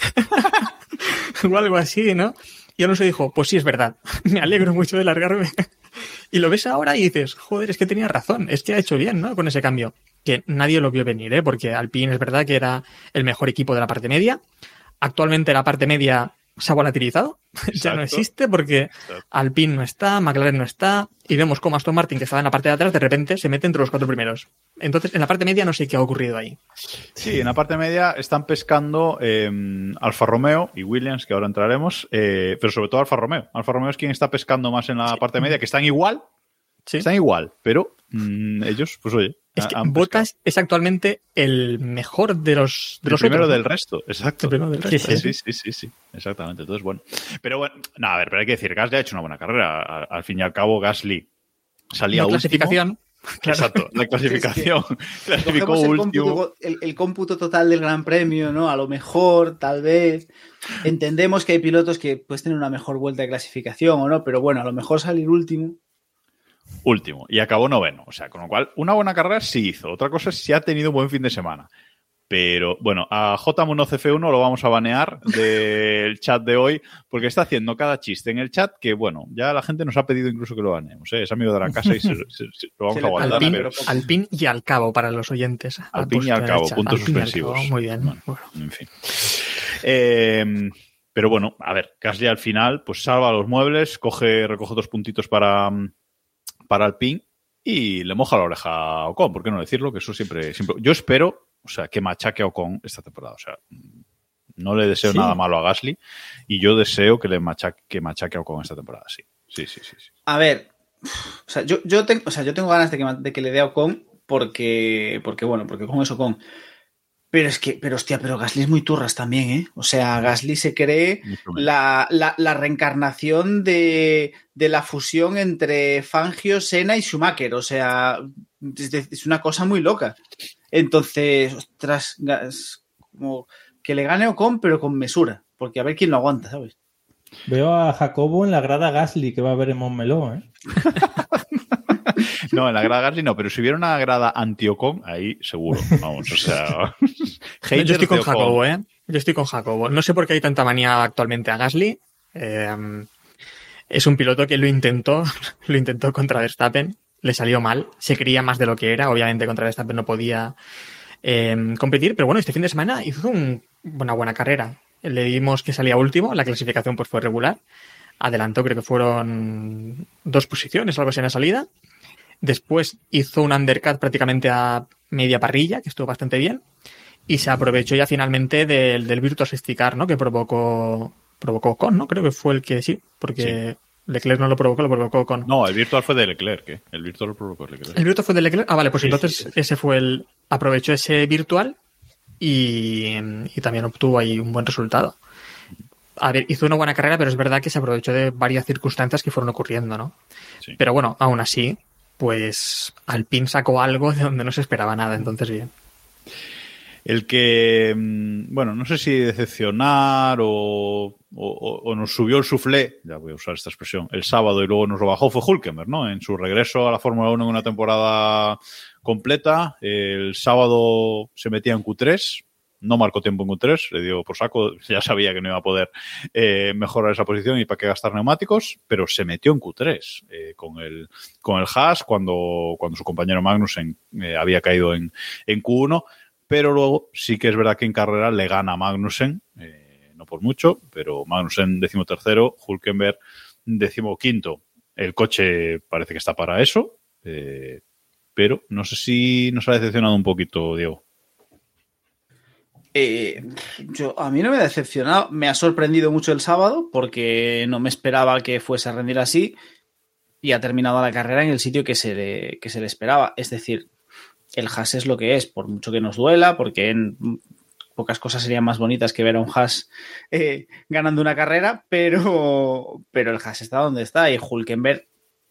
O algo así, ¿no? Y Alonso dijo, pues sí, es verdad, me alegro mucho de largarme. Y lo ves ahora y dices, joder, es que tenía razón, es que ha hecho bien, ¿no? Con ese cambio. Que nadie lo vio venir, ¿eh? Porque Alpine es verdad que era el mejor equipo de la parte media. Actualmente la parte media se ha volatilizado, ya no existe porque Exacto. Alpine no está, McLaren no está, y vemos cómo Aston Martin, que estaba en la parte de atrás, de repente se mete entre los cuatro primeros. Entonces, en la parte media no sé qué ha ocurrido ahí. Sí, en la parte media están pescando eh, Alfa Romeo y Williams, que ahora entraremos, eh, pero sobre todo Alfa Romeo. Alfa Romeo es quien está pescando más en la parte media, que están igual, Sí. están igual, pero mmm, ellos, pues oye, Es que han Bottas es actualmente el mejor de los, de el los primero otros, ¿no? del resto, exacto. El primero del resto, Sí, sí. sí, sí, sí, sí, exactamente. Entonces, bueno. Pero bueno, no, a ver, pero hay que decir, Gasly ha hecho una buena carrera. Al, al fin y al cabo, Gasly salía La último. clasificación. Claro. Exacto, la clasificación. Clasificó Cogemos el último. cómputo, el, el cómputo total del Gran Premio, ¿no? A lo mejor, tal vez. Entendemos que hay pilotos que pueden tener una mejor vuelta de clasificación o no, pero bueno, a lo mejor salir último. Último. Y acabó noveno. O sea, con lo cual, una buena carrera sí hizo. Otra cosa es si ha tenido un buen fin de semana. Pero bueno, a J uno C F uno lo vamos a banear del chat de hoy porque está haciendo cada chiste en el chat que, bueno, ya la gente nos ha pedido incluso que lo baneemos. ¿eh? Es amigo de la casa y se, se, se, lo vamos Se a le- guardar. Alpine, Pero, Alpine y al cabo para los oyentes. Alpine y al cabo, puntos Alpine y al suspensivos. cabo, muy bien. Bueno, Bueno. en fin. Eh, pero bueno, a ver, Gasly al final pues salva los muebles, coge, recoge dos puntitos para, para Alpine y le moja la oreja a Ocon, ¿por qué no decirlo? Que eso siempre, siempre... Yo espero, o sea, que machaque a Ocon esta temporada. O sea, no le deseo Sí. nada malo a Gasly y yo deseo que le machaque, que machaque a Ocon esta temporada, sí. Sí, sí, sí. sí. A ver, o sea, yo, yo, tengo, o sea, yo tengo ganas de que, de que le dé a Ocon porque, porque, bueno, porque con eso Ocon. Pero es que, pero hostia, pero Gasly es muy turras también, ¿eh? O sea, Gasly se cree la, la, la reencarnación de, de la fusión entre Fangio, Senna y Schumacher. O sea, es, de, es una cosa muy loca. Entonces, ostras, gas, como que le gane Ocon, pero con mesura. Porque a ver quién lo aguanta, ¿sabes? Veo a Jacobo en la grada Gasly que va a ver en Montmeló, ¿eh? No, en la grada Gasly no, pero si hubiera una grada anti-Ocon, ahí seguro. Vamos, o sea... Yo estoy con haters de Ocon. Jacobo, ¿eh? Yo estoy con Jacobo. No sé por qué hay tanta manía actualmente a Gasly. Eh, es un piloto que lo intentó, lo intentó contra Verstappen, le salió mal, se creía más de lo que era. Obviamente contra Verstappen no podía eh, competir, pero bueno, este fin de semana hizo un, una buena carrera. Le dimos que salía último, la clasificación pues fue regular. Adelantó, creo que fueron dos posiciones, algo así en la salida. Después hizo un undercut prácticamente a media parrilla, que estuvo bastante bien. Y se aprovechó ya finalmente del, del Virtual Safety Car, ¿no? Que provocó, provocó Ocon, ¿no? Creo que fue el que sí, porque sí. Leclerc no lo provocó, lo provocó Ocon. No, el Virtual fue de Leclerc, ¿eh? El Virtual lo provocó Leclerc. ¿El Virtual fue de Leclerc? Ah, vale, pues Sí, entonces sí, sí. ese fue el... Aprovechó ese Virtual y, y también obtuvo ahí un buen resultado. A ver, hizo una buena carrera, pero es verdad que se aprovechó de varias circunstancias que fueron ocurriendo, ¿no? Sí. Pero bueno, aún así, pues Alpine sacó algo de donde no se esperaba nada, entonces bien. El que, bueno, no sé si decepcionar o, o, o nos subió el soufflé, ya voy a usar esta expresión, el sábado y luego nos lo bajó fue Hülkenberg, ¿no? En su regreso a la Fórmula uno en una temporada completa, el sábado se metía en Q tres, no marcó tiempo en Q tres, le dio por saco, ya sabía que no iba a poder eh, mejorar esa posición y para qué gastar neumáticos, pero se metió en Q tres eh, con el con el Haas cuando, cuando su compañero Magnussen eh, había caído en, en Q uno, pero luego sí que es verdad que en carrera le gana a Magnussen, eh, no por mucho, pero Magnussen decimotercero, Hülkenberg decimoquinto. El coche parece que está para eso, eh, pero no sé si nos ha decepcionado un poquito, Diego. Eh, yo, a mí no me ha decepcionado, me ha sorprendido mucho el sábado porque no me esperaba que fuese a rendir así y ha terminado la carrera en el sitio que se le, que se le esperaba. Es decir, el Haas es lo que es, por mucho que nos duela, porque en pocas cosas serían más bonitas que ver a un Haas eh, ganando una carrera, pero, pero el Haas está donde está y Hülkenberg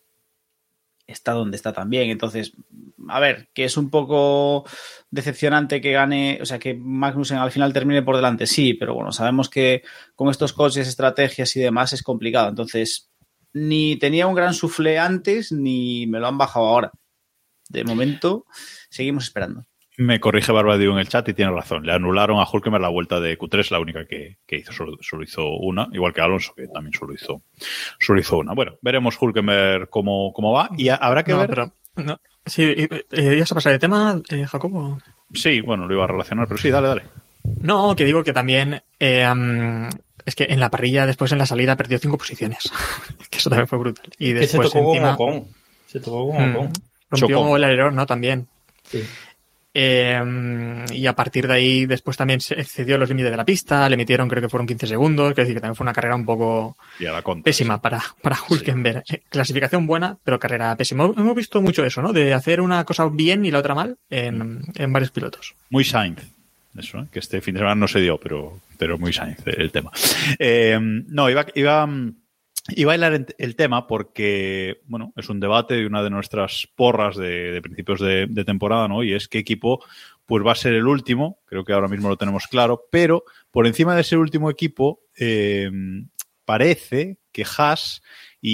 está donde está también. Entonces, a ver, que es un poco decepcionante que gane, o sea, que Magnussen al final termine por delante, sí, pero bueno, sabemos que con estos coches, estrategias y demás es complicado. Entonces, ni tenía un gran soufflé antes, ni me lo han bajado ahora. De momento, seguimos esperando. Me corrige Barbadiu en el chat y tiene razón. Le anularon a Hülkenberg la vuelta de Q tres, la única que, que hizo, solo, solo hizo una, igual que Alonso, que también solo hizo, solo hizo una. Bueno, veremos Hülkenberg cómo, cómo va y habrá que no, ver... Pero, no. Sí, eh, ¿ibas a pasar de tema, eh, Jacobo? Sí, bueno, lo iba a relacionar, pero sí, dale, dale. No, que digo que también eh, um, es que en la parrilla, después en la salida, perdió cinco posiciones. Que eso también fue brutal. Y después se tocó encima... como con. Se tocó como con. Rompió Chocó. el alerón, ¿no? También. Sí. Eh, y a partir de ahí después también se excedió los límites de la pista, le metieron creo que fueron quince segundos, es decir, que también fue una carrera un poco Y a la contra, pésima sí. para, para Hülkenberg. Sí. Clasificación buena, pero carrera pésima. Hemos visto mucho eso, ¿no? De hacer una cosa bien y la otra mal en, en varios pilotos. Muy Sainz. Eso, ¿eh? Que este fin de semana no se dio, pero, pero muy Sainz el tema. Eh, no, iba, iba, iba a hilar el, el tema porque, bueno, es un debate de una de nuestras porras de, de principios de, de temporada, ¿no? Y es qué equipo pues va a ser el último, creo que ahora mismo lo tenemos claro, pero por encima de ese último equipo eh, parece que Haas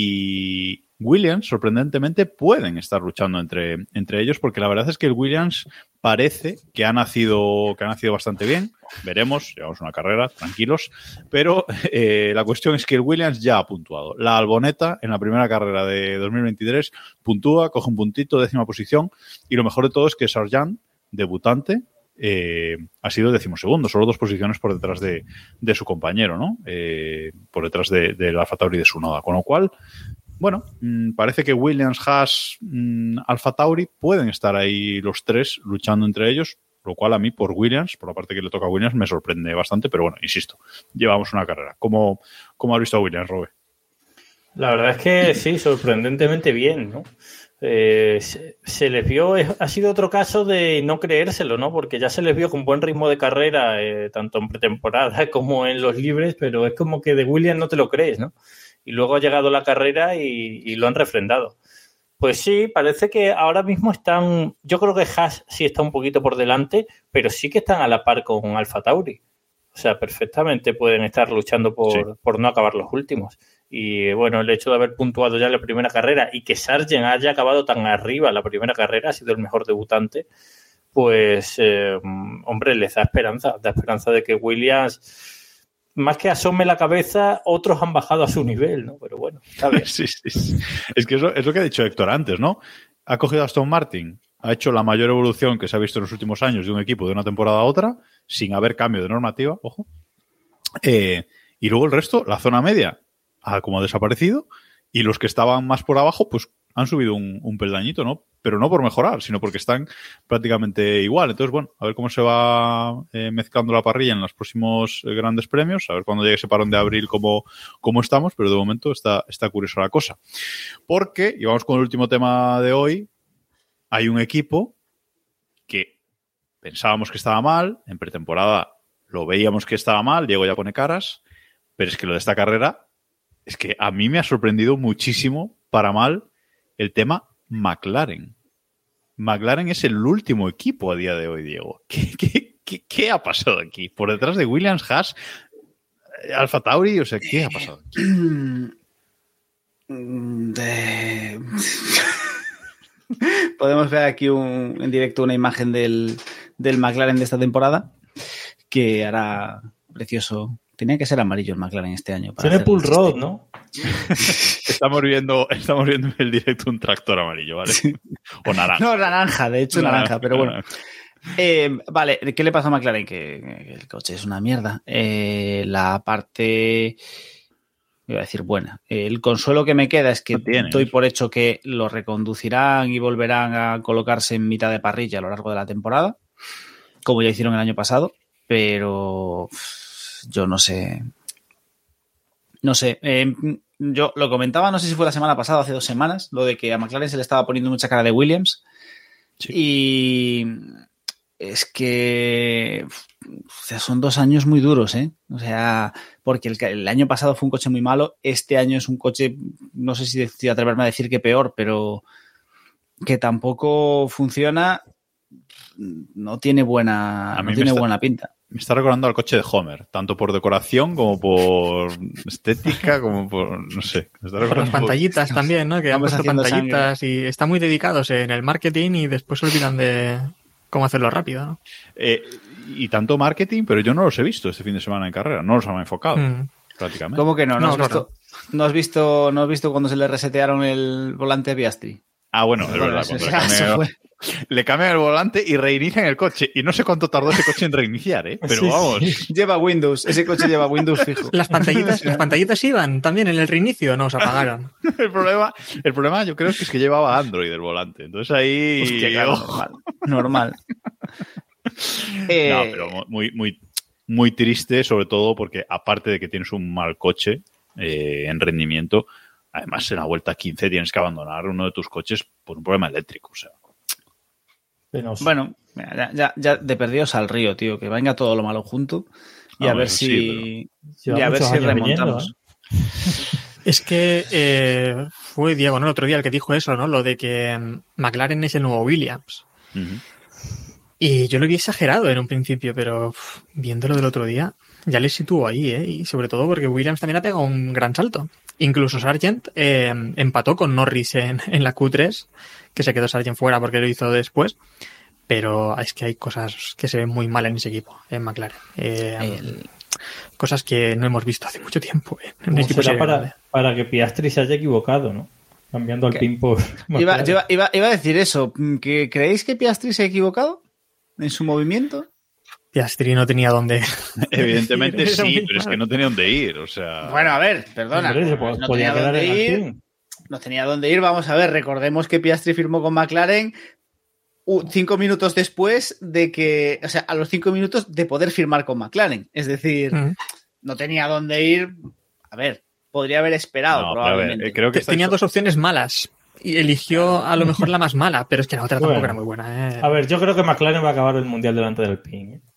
y Williams, sorprendentemente, pueden estar luchando entre, entre ellos, porque la verdad es que el Williams parece que ha nacido, que ha nacido bastante bien. Veremos, llevamos una carrera, tranquilos. Pero eh, la cuestión es que el Williams ya ha puntuado. La Alboneta, en la primera carrera de dos mil veintitrés, puntúa, coge un puntito, décima posición. Y lo mejor de todo es que Sargent, debutante, eh, ha sido decimosegundo, solo dos posiciones por detrás de, de su compañero, ¿no? Eh, por detrás de, de la Alfa Tauri de Tsunoda. Con lo cual, bueno, mmm, parece que Williams, Haas, mmm, Alfa Tauri pueden estar ahí los tres luchando entre ellos, lo cual a mí por Williams, por la parte que le toca a Williams, me sorprende bastante, pero bueno, insisto, llevamos una carrera. ¿Cómo, cómo has visto a Williams, Robe? La verdad es que sí, sorprendentemente bien, ¿no? Eh, se, se les vio, ha sido otro caso de no creérselo, ¿no? Porque ya se les vio con buen ritmo de carrera, eh, tanto en pretemporada como en los libres, pero es como que de Williams no te lo crees, ¿no? Y luego ha llegado la carrera y, y lo han refrendado. Pues sí, parece que ahora mismo están... Yo creo que Haas sí está un poquito por delante, pero sí que están a la par con Alfa Tauri. O sea, perfectamente pueden estar luchando por, sí. por no acabar los últimos. Y bueno, el hecho de haber puntuado ya la primera carrera y que Sargent haya acabado tan arriba la primera carrera, ha sido el mejor debutante, pues, eh, hombre, les da esperanza. Da esperanza de que Williams... Más que asome la cabeza, otros han bajado a su nivel, ¿no? Pero bueno, está bien. Sí, sí, sí. Es que es lo, es lo que ha dicho Héctor antes, ¿no? Ha cogido a Aston Martin, ha hecho la mayor evolución que se ha visto en los últimos años de un equipo de una temporada a otra, sin haber cambio de normativa, ojo. Eh, y luego el resto, la zona media, ha como desaparecido, y los que estaban más por abajo, pues han subido un, un peldañito, ¿no? Pero no por mejorar, sino porque están prácticamente igual. Entonces, bueno, a ver cómo se va eh, mezclando la parrilla en los próximos eh, grandes premios, a ver cuando llegue ese parón de abril cómo, cómo estamos, pero de momento está, está curiosa la cosa. Porque, y vamos con el último tema de hoy, hay un equipo que pensábamos que estaba mal, en pretemporada lo veíamos que estaba mal, Diego ya pone caras, pero es que lo de esta carrera, es que a mí me ha sorprendido muchísimo para mal el tema McLaren. McLaren es el último equipo a día de hoy, Diego. ¿Qué, qué, qué, qué ha pasado aquí? Por detrás de Williams, Haas, Alfa Tauri, o sea, ¿qué ha pasado aquí? De... Podemos ver aquí un, en directo una imagen del, del McLaren de esta temporada que hará precioso. Tenía que ser amarillo el McLaren este año. Para Tiene pull rod, ¿no? Estamos viendo, estamos viendo en el directo un tractor amarillo, ¿vale? Sí. O naranja. No, naranja, de hecho naranja, naranja pero bueno. Eh, vale, ¿qué le pasa a McLaren? Que, que el coche es una mierda. Eh, la parte, iba a decir buena. El consuelo que me queda es que doy por hecho que lo reconducirán y volverán a colocarse en mitad de parrilla a lo largo de la temporada, como ya hicieron el año pasado, pero yo no sé... No sé, eh, yo lo comentaba, no sé si fue la semana pasada o hace dos semanas, lo de que a McLaren se le estaba poniendo mucha cara de Williams Sí. Y es que o sea, son dos años muy duros, ¿eh? O sea, porque el, el año pasado fue un coche muy malo, este año es un coche, no sé si, si atreverme a decir que peor, pero que tampoco funciona, no tiene buena, no tiene está, buena pinta. Me está recordando al coche de Homer, tanto por decoración como por estética, como por, no sé. Me está por las pantallitas también, ¿no? Que han puesto pantallitas sangre. Y están muy dedicados en el marketing y después se olvidan de cómo hacerlo rápido, ¿no? Eh, y tanto marketing, pero yo no los he visto este fin de semana en carrera, no los han enfocado, mm. prácticamente. ¿Cómo que no? ¿No, no, has, claro. visto, ¿no has visto no has visto cuando se le resetearon el volante a Piastri? Ah, bueno, es verdad. Eso, Le cambian, le cambian el volante y reinician el coche. Y no sé cuánto tardó ese coche en reiniciar, ¿eh? Pero sí, vamos. Sí. Lleva Windows. Ese coche lleva Windows fijo. Las pantallitas, las pantallitas iban también en el reinicio, no, se apagaron. el, problema, el problema yo creo que es que llevaba Android el volante. Entonces ahí... Hostia, claro, normal. normal. eh... No, pero muy, muy, muy triste, sobre todo porque aparte de que tienes un mal coche eh, en rendimiento... Además, en la vuelta quince tienes que abandonar uno de tus coches por un problema eléctrico. O sea. Penoso. Bueno, ya, ya, ya de perdidos al río, tío. Que venga todo lo malo junto y ah, a ver si, sí, y a ver si remontamos. Viniendo, ¿eh? Es que eh, fue Diego, ¿no? El otro día el que dijo eso, ¿no? Lo de que McLaren es el nuevo Williams. Uh-huh. Y yo lo vi exagerado en un principio, pero uf, viéndolo del otro día, ya le situó ahí, ¿eh? Y sobre todo porque Williams también ha pegado un gran salto. Incluso Sargent eh, empató con Norris en, en la Q tres, que se quedó Sargent fuera porque lo hizo después. Pero es que hay cosas que se ven muy mal en ese equipo, en McLaren. Eh, El... Cosas que no hemos visto hace mucho tiempo. ¿eh? En un equipo será para, para que Piastri se haya equivocado, ¿no? Cambiando al pin por... Iba, iba, iba, iba a decir eso. ¿Que ¿Creéis que Piastri se ha equivocado en su movimiento? Piastri no tenía dónde... Evidentemente sí, pero es que no tenía dónde ir, o sea... Bueno, a ver, perdona. Hombre, no tenía dónde ir. No tenía dónde ir, vamos a ver. Recordemos que Piastri firmó con McLaren cinco minutos después de que... O sea, a los cinco minutos de poder firmar con McLaren. Es decir, uh-huh. no tenía dónde ir... A ver, podría haber esperado, no, probablemente. Ver, creo que tenía hecho... dos opciones malas. Y eligió a lo mejor la más mala, pero es que la otra bueno, tampoco era muy buena. ¿eh? A ver, yo creo que McLaren va a acabar el Mundial delante del Alpine. ¿eh?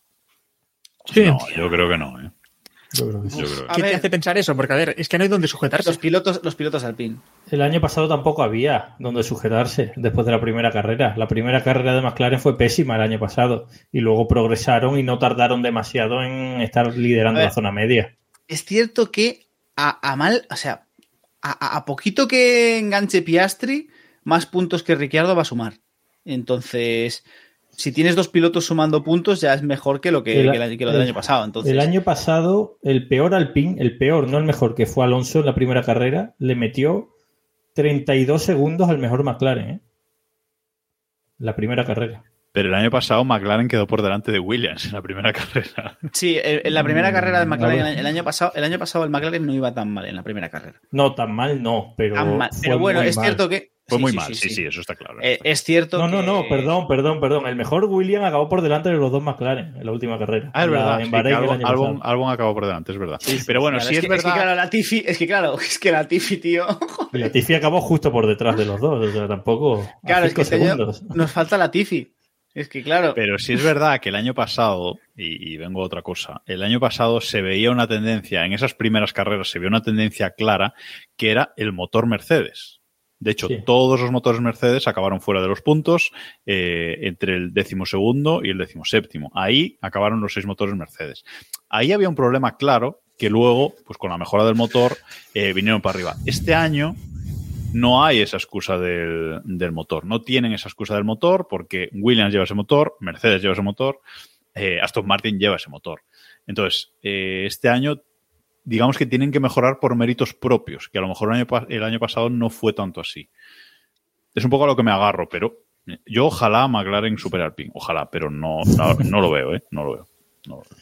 Sí. No, yo creo que no. ¿eh? Yo creo que sí. Yo creo que... ¿Qué te hace pensar eso? Porque, a ver, es que no hay donde sujetarse. Los pilotos, los pilotos Alpine. El año pasado tampoco había donde sujetarse después de la primera carrera. La primera carrera de McLaren fue pésima el año pasado. Y luego progresaron y no tardaron demasiado en estar liderando la zona media. Es cierto que a, a mal... O sea, a, a poquito que enganche Piastri... más puntos que Ricciardo va a sumar. Entonces, si tienes dos pilotos sumando puntos, ya es mejor que lo, que, el, que, el, que lo del el, año pasado. Entonces, el año pasado, el peor Alpine, el peor, no el mejor, que fue Alonso en la primera carrera, le metió treinta y dos segundos al mejor McLaren, ¿eh? La primera carrera. Pero el año pasado McLaren quedó por delante de Williams en la primera carrera. Sí, en la primera carrera de McLaren el año pasado, el año pasado el McLaren no iba tan mal en la primera carrera. No, tan mal no, pero mal. Pero bueno, es mal. cierto que fue sí, muy sí, mal, sí, sí, sí, sí, eso está claro. Eh, es cierto No, que... no, no, perdón, perdón, perdón. El mejor Williams acabó por delante de los dos McLaren en la última carrera. Ah, es verdad. La, en sí, Bahrein Albon, el año Albon, Albon acabó por delante, es verdad. Sí, pero bueno, claro, sí es, es, que, verdad. Es que claro, la Tifi, es que claro, es que la Tifi, tío. Y la Tifi acabó justo por detrás de los dos, o sea, tampoco. Claro, es que segundos. Nos falta la Tifi. Es que claro. Pero sí es verdad que el año pasado, y, y vengo a otra cosa, el año pasado se veía una tendencia, en esas primeras carreras se veía una tendencia clara que era el motor Mercedes. De hecho, sí. todos los motores Mercedes acabaron fuera de los puntos eh, entre el decimosegundo y el decimoséptimo. Ahí acabaron los seis motores Mercedes. Ahí había un problema claro que luego, pues con la mejora del motor, eh, vinieron para arriba. Este año no hay esa excusa del, del motor. No tienen esa excusa del motor porque Williams lleva ese motor, Mercedes lleva ese motor, eh, Aston Martin lleva ese motor. Entonces, eh, este año, digamos que tienen que mejorar por méritos propios, que a lo mejor el año, el año pasado no fue tanto así. Es un poco a lo que me agarro, pero yo ojalá McLaren supere al Alpine. Ojalá, pero no, no, no lo veo, ¿eh? No lo veo. No lo veo.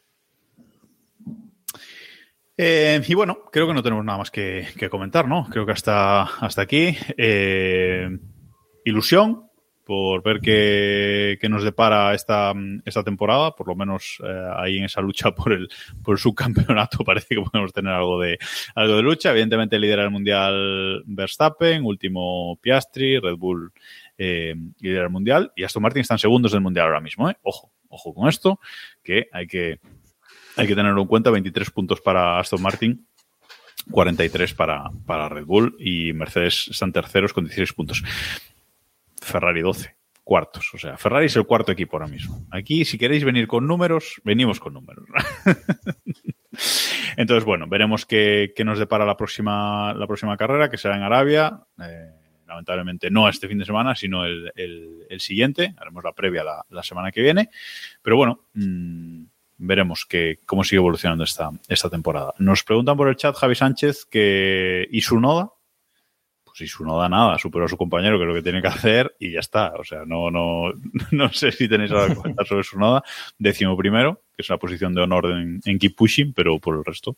Eh, y bueno, creo que no tenemos nada más que, que comentar, ¿no? Creo que hasta, hasta aquí. Eh, ilusión por ver qué, qué nos depara esta, esta temporada, por lo menos eh, ahí en esa lucha por el, por el subcampeonato parece que podemos tener algo de, algo de lucha. Evidentemente lidera el Mundial Verstappen, último Piastri, Red Bull eh, lidera el Mundial y Aston Martin están segundos del Mundial ahora mismo, ¿eh? Ojo, ojo con esto, que hay que, hay que tenerlo en cuenta, veintitrés puntos para Aston Martin, cuarenta y tres para, para Red Bull y Mercedes están terceros con dieciséis puntos. Ferrari doce, cuartos. O sea, Ferrari es el cuarto equipo ahora mismo. Aquí, si queréis venir con números, venimos con números. Entonces, bueno, veremos qué, qué nos depara la próxima, la próxima carrera, que será en Arabia. Eh, lamentablemente no este fin de semana, sino el, el, el siguiente. Haremos la previa la, la semana que viene. Pero bueno, mmm, veremos que, cómo sigue evolucionando esta, esta temporada. Nos preguntan por el chat Javi Sánchez que ¿y Tsunoda? Pues y Tsunoda nada, superó a su compañero, que es lo que tiene que hacer y ya está. O sea, no, no, no sé si tenéis algo que comentar sobre Tsunoda. Décimo primero, que es una posición de honor en, en Keep Pushing, pero por el resto.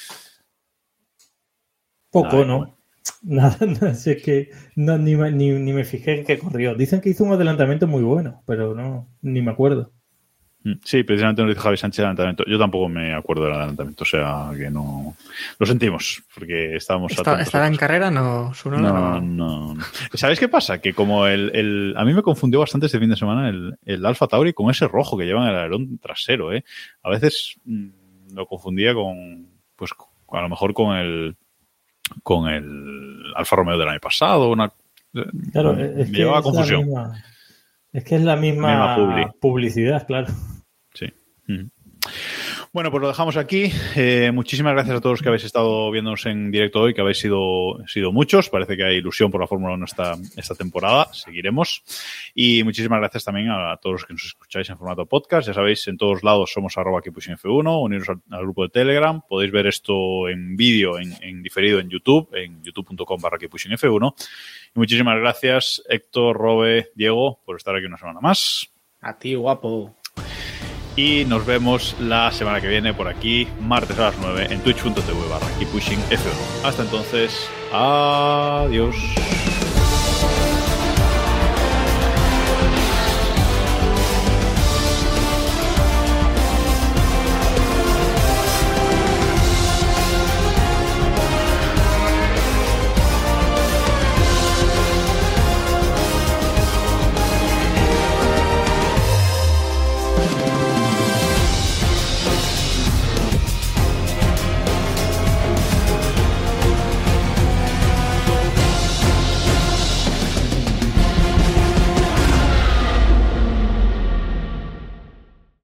Poco, nada, ¿no? Bueno. Nada, no, si es que no, ni, ni, ni me fijé en qué corrió. Dicen que hizo un adelantamiento muy bueno, pero no, ni me acuerdo. Sí, precisamente nos dice Javi Sánchez adelantamiento. Yo tampoco me acuerdo del adelantamiento, o sea que no... Lo sentimos, porque estábamos... ¿Está, ¿Estaba en carrera? No, no, no, no, no. ¿Sabéis qué pasa? Que como el, el... A mí me confundió bastante este fin de semana el, el Alfa Tauri con ese rojo que lleva en el alerón trasero, ¿eh? A veces mmm, lo confundía con... Pues a lo mejor con el... Con el Alfa Romeo del año pasado, una... Claro, me es que llevaba es confusión. La misma, es que es la misma, misma publi. publicidad, claro. Sí. Mm. Bueno, pues lo dejamos aquí. Eh, muchísimas gracias a todos los que habéis estado viéndonos en directo hoy, que habéis sido, sido muchos. Parece que hay ilusión por la Fórmula uno esta, esta temporada. Seguiremos. Y muchísimas gracias también a todos los que nos escucháis en formato podcast. Ya sabéis, en todos lados somos arroba keeppushing F uno. Uniros al, al grupo de Telegram. Podéis ver esto en vídeo, en, en diferido en YouTube, en youtube punto com barra keeppushing F uno. Y muchísimas gracias, Héctor, Robe, Diego, por estar aquí una semana más. A ti, guapo. Y nos vemos la semana que viene por aquí, martes a las nueve, en twitch punto tv barra keeppushing F uno. Hasta entonces, adiós.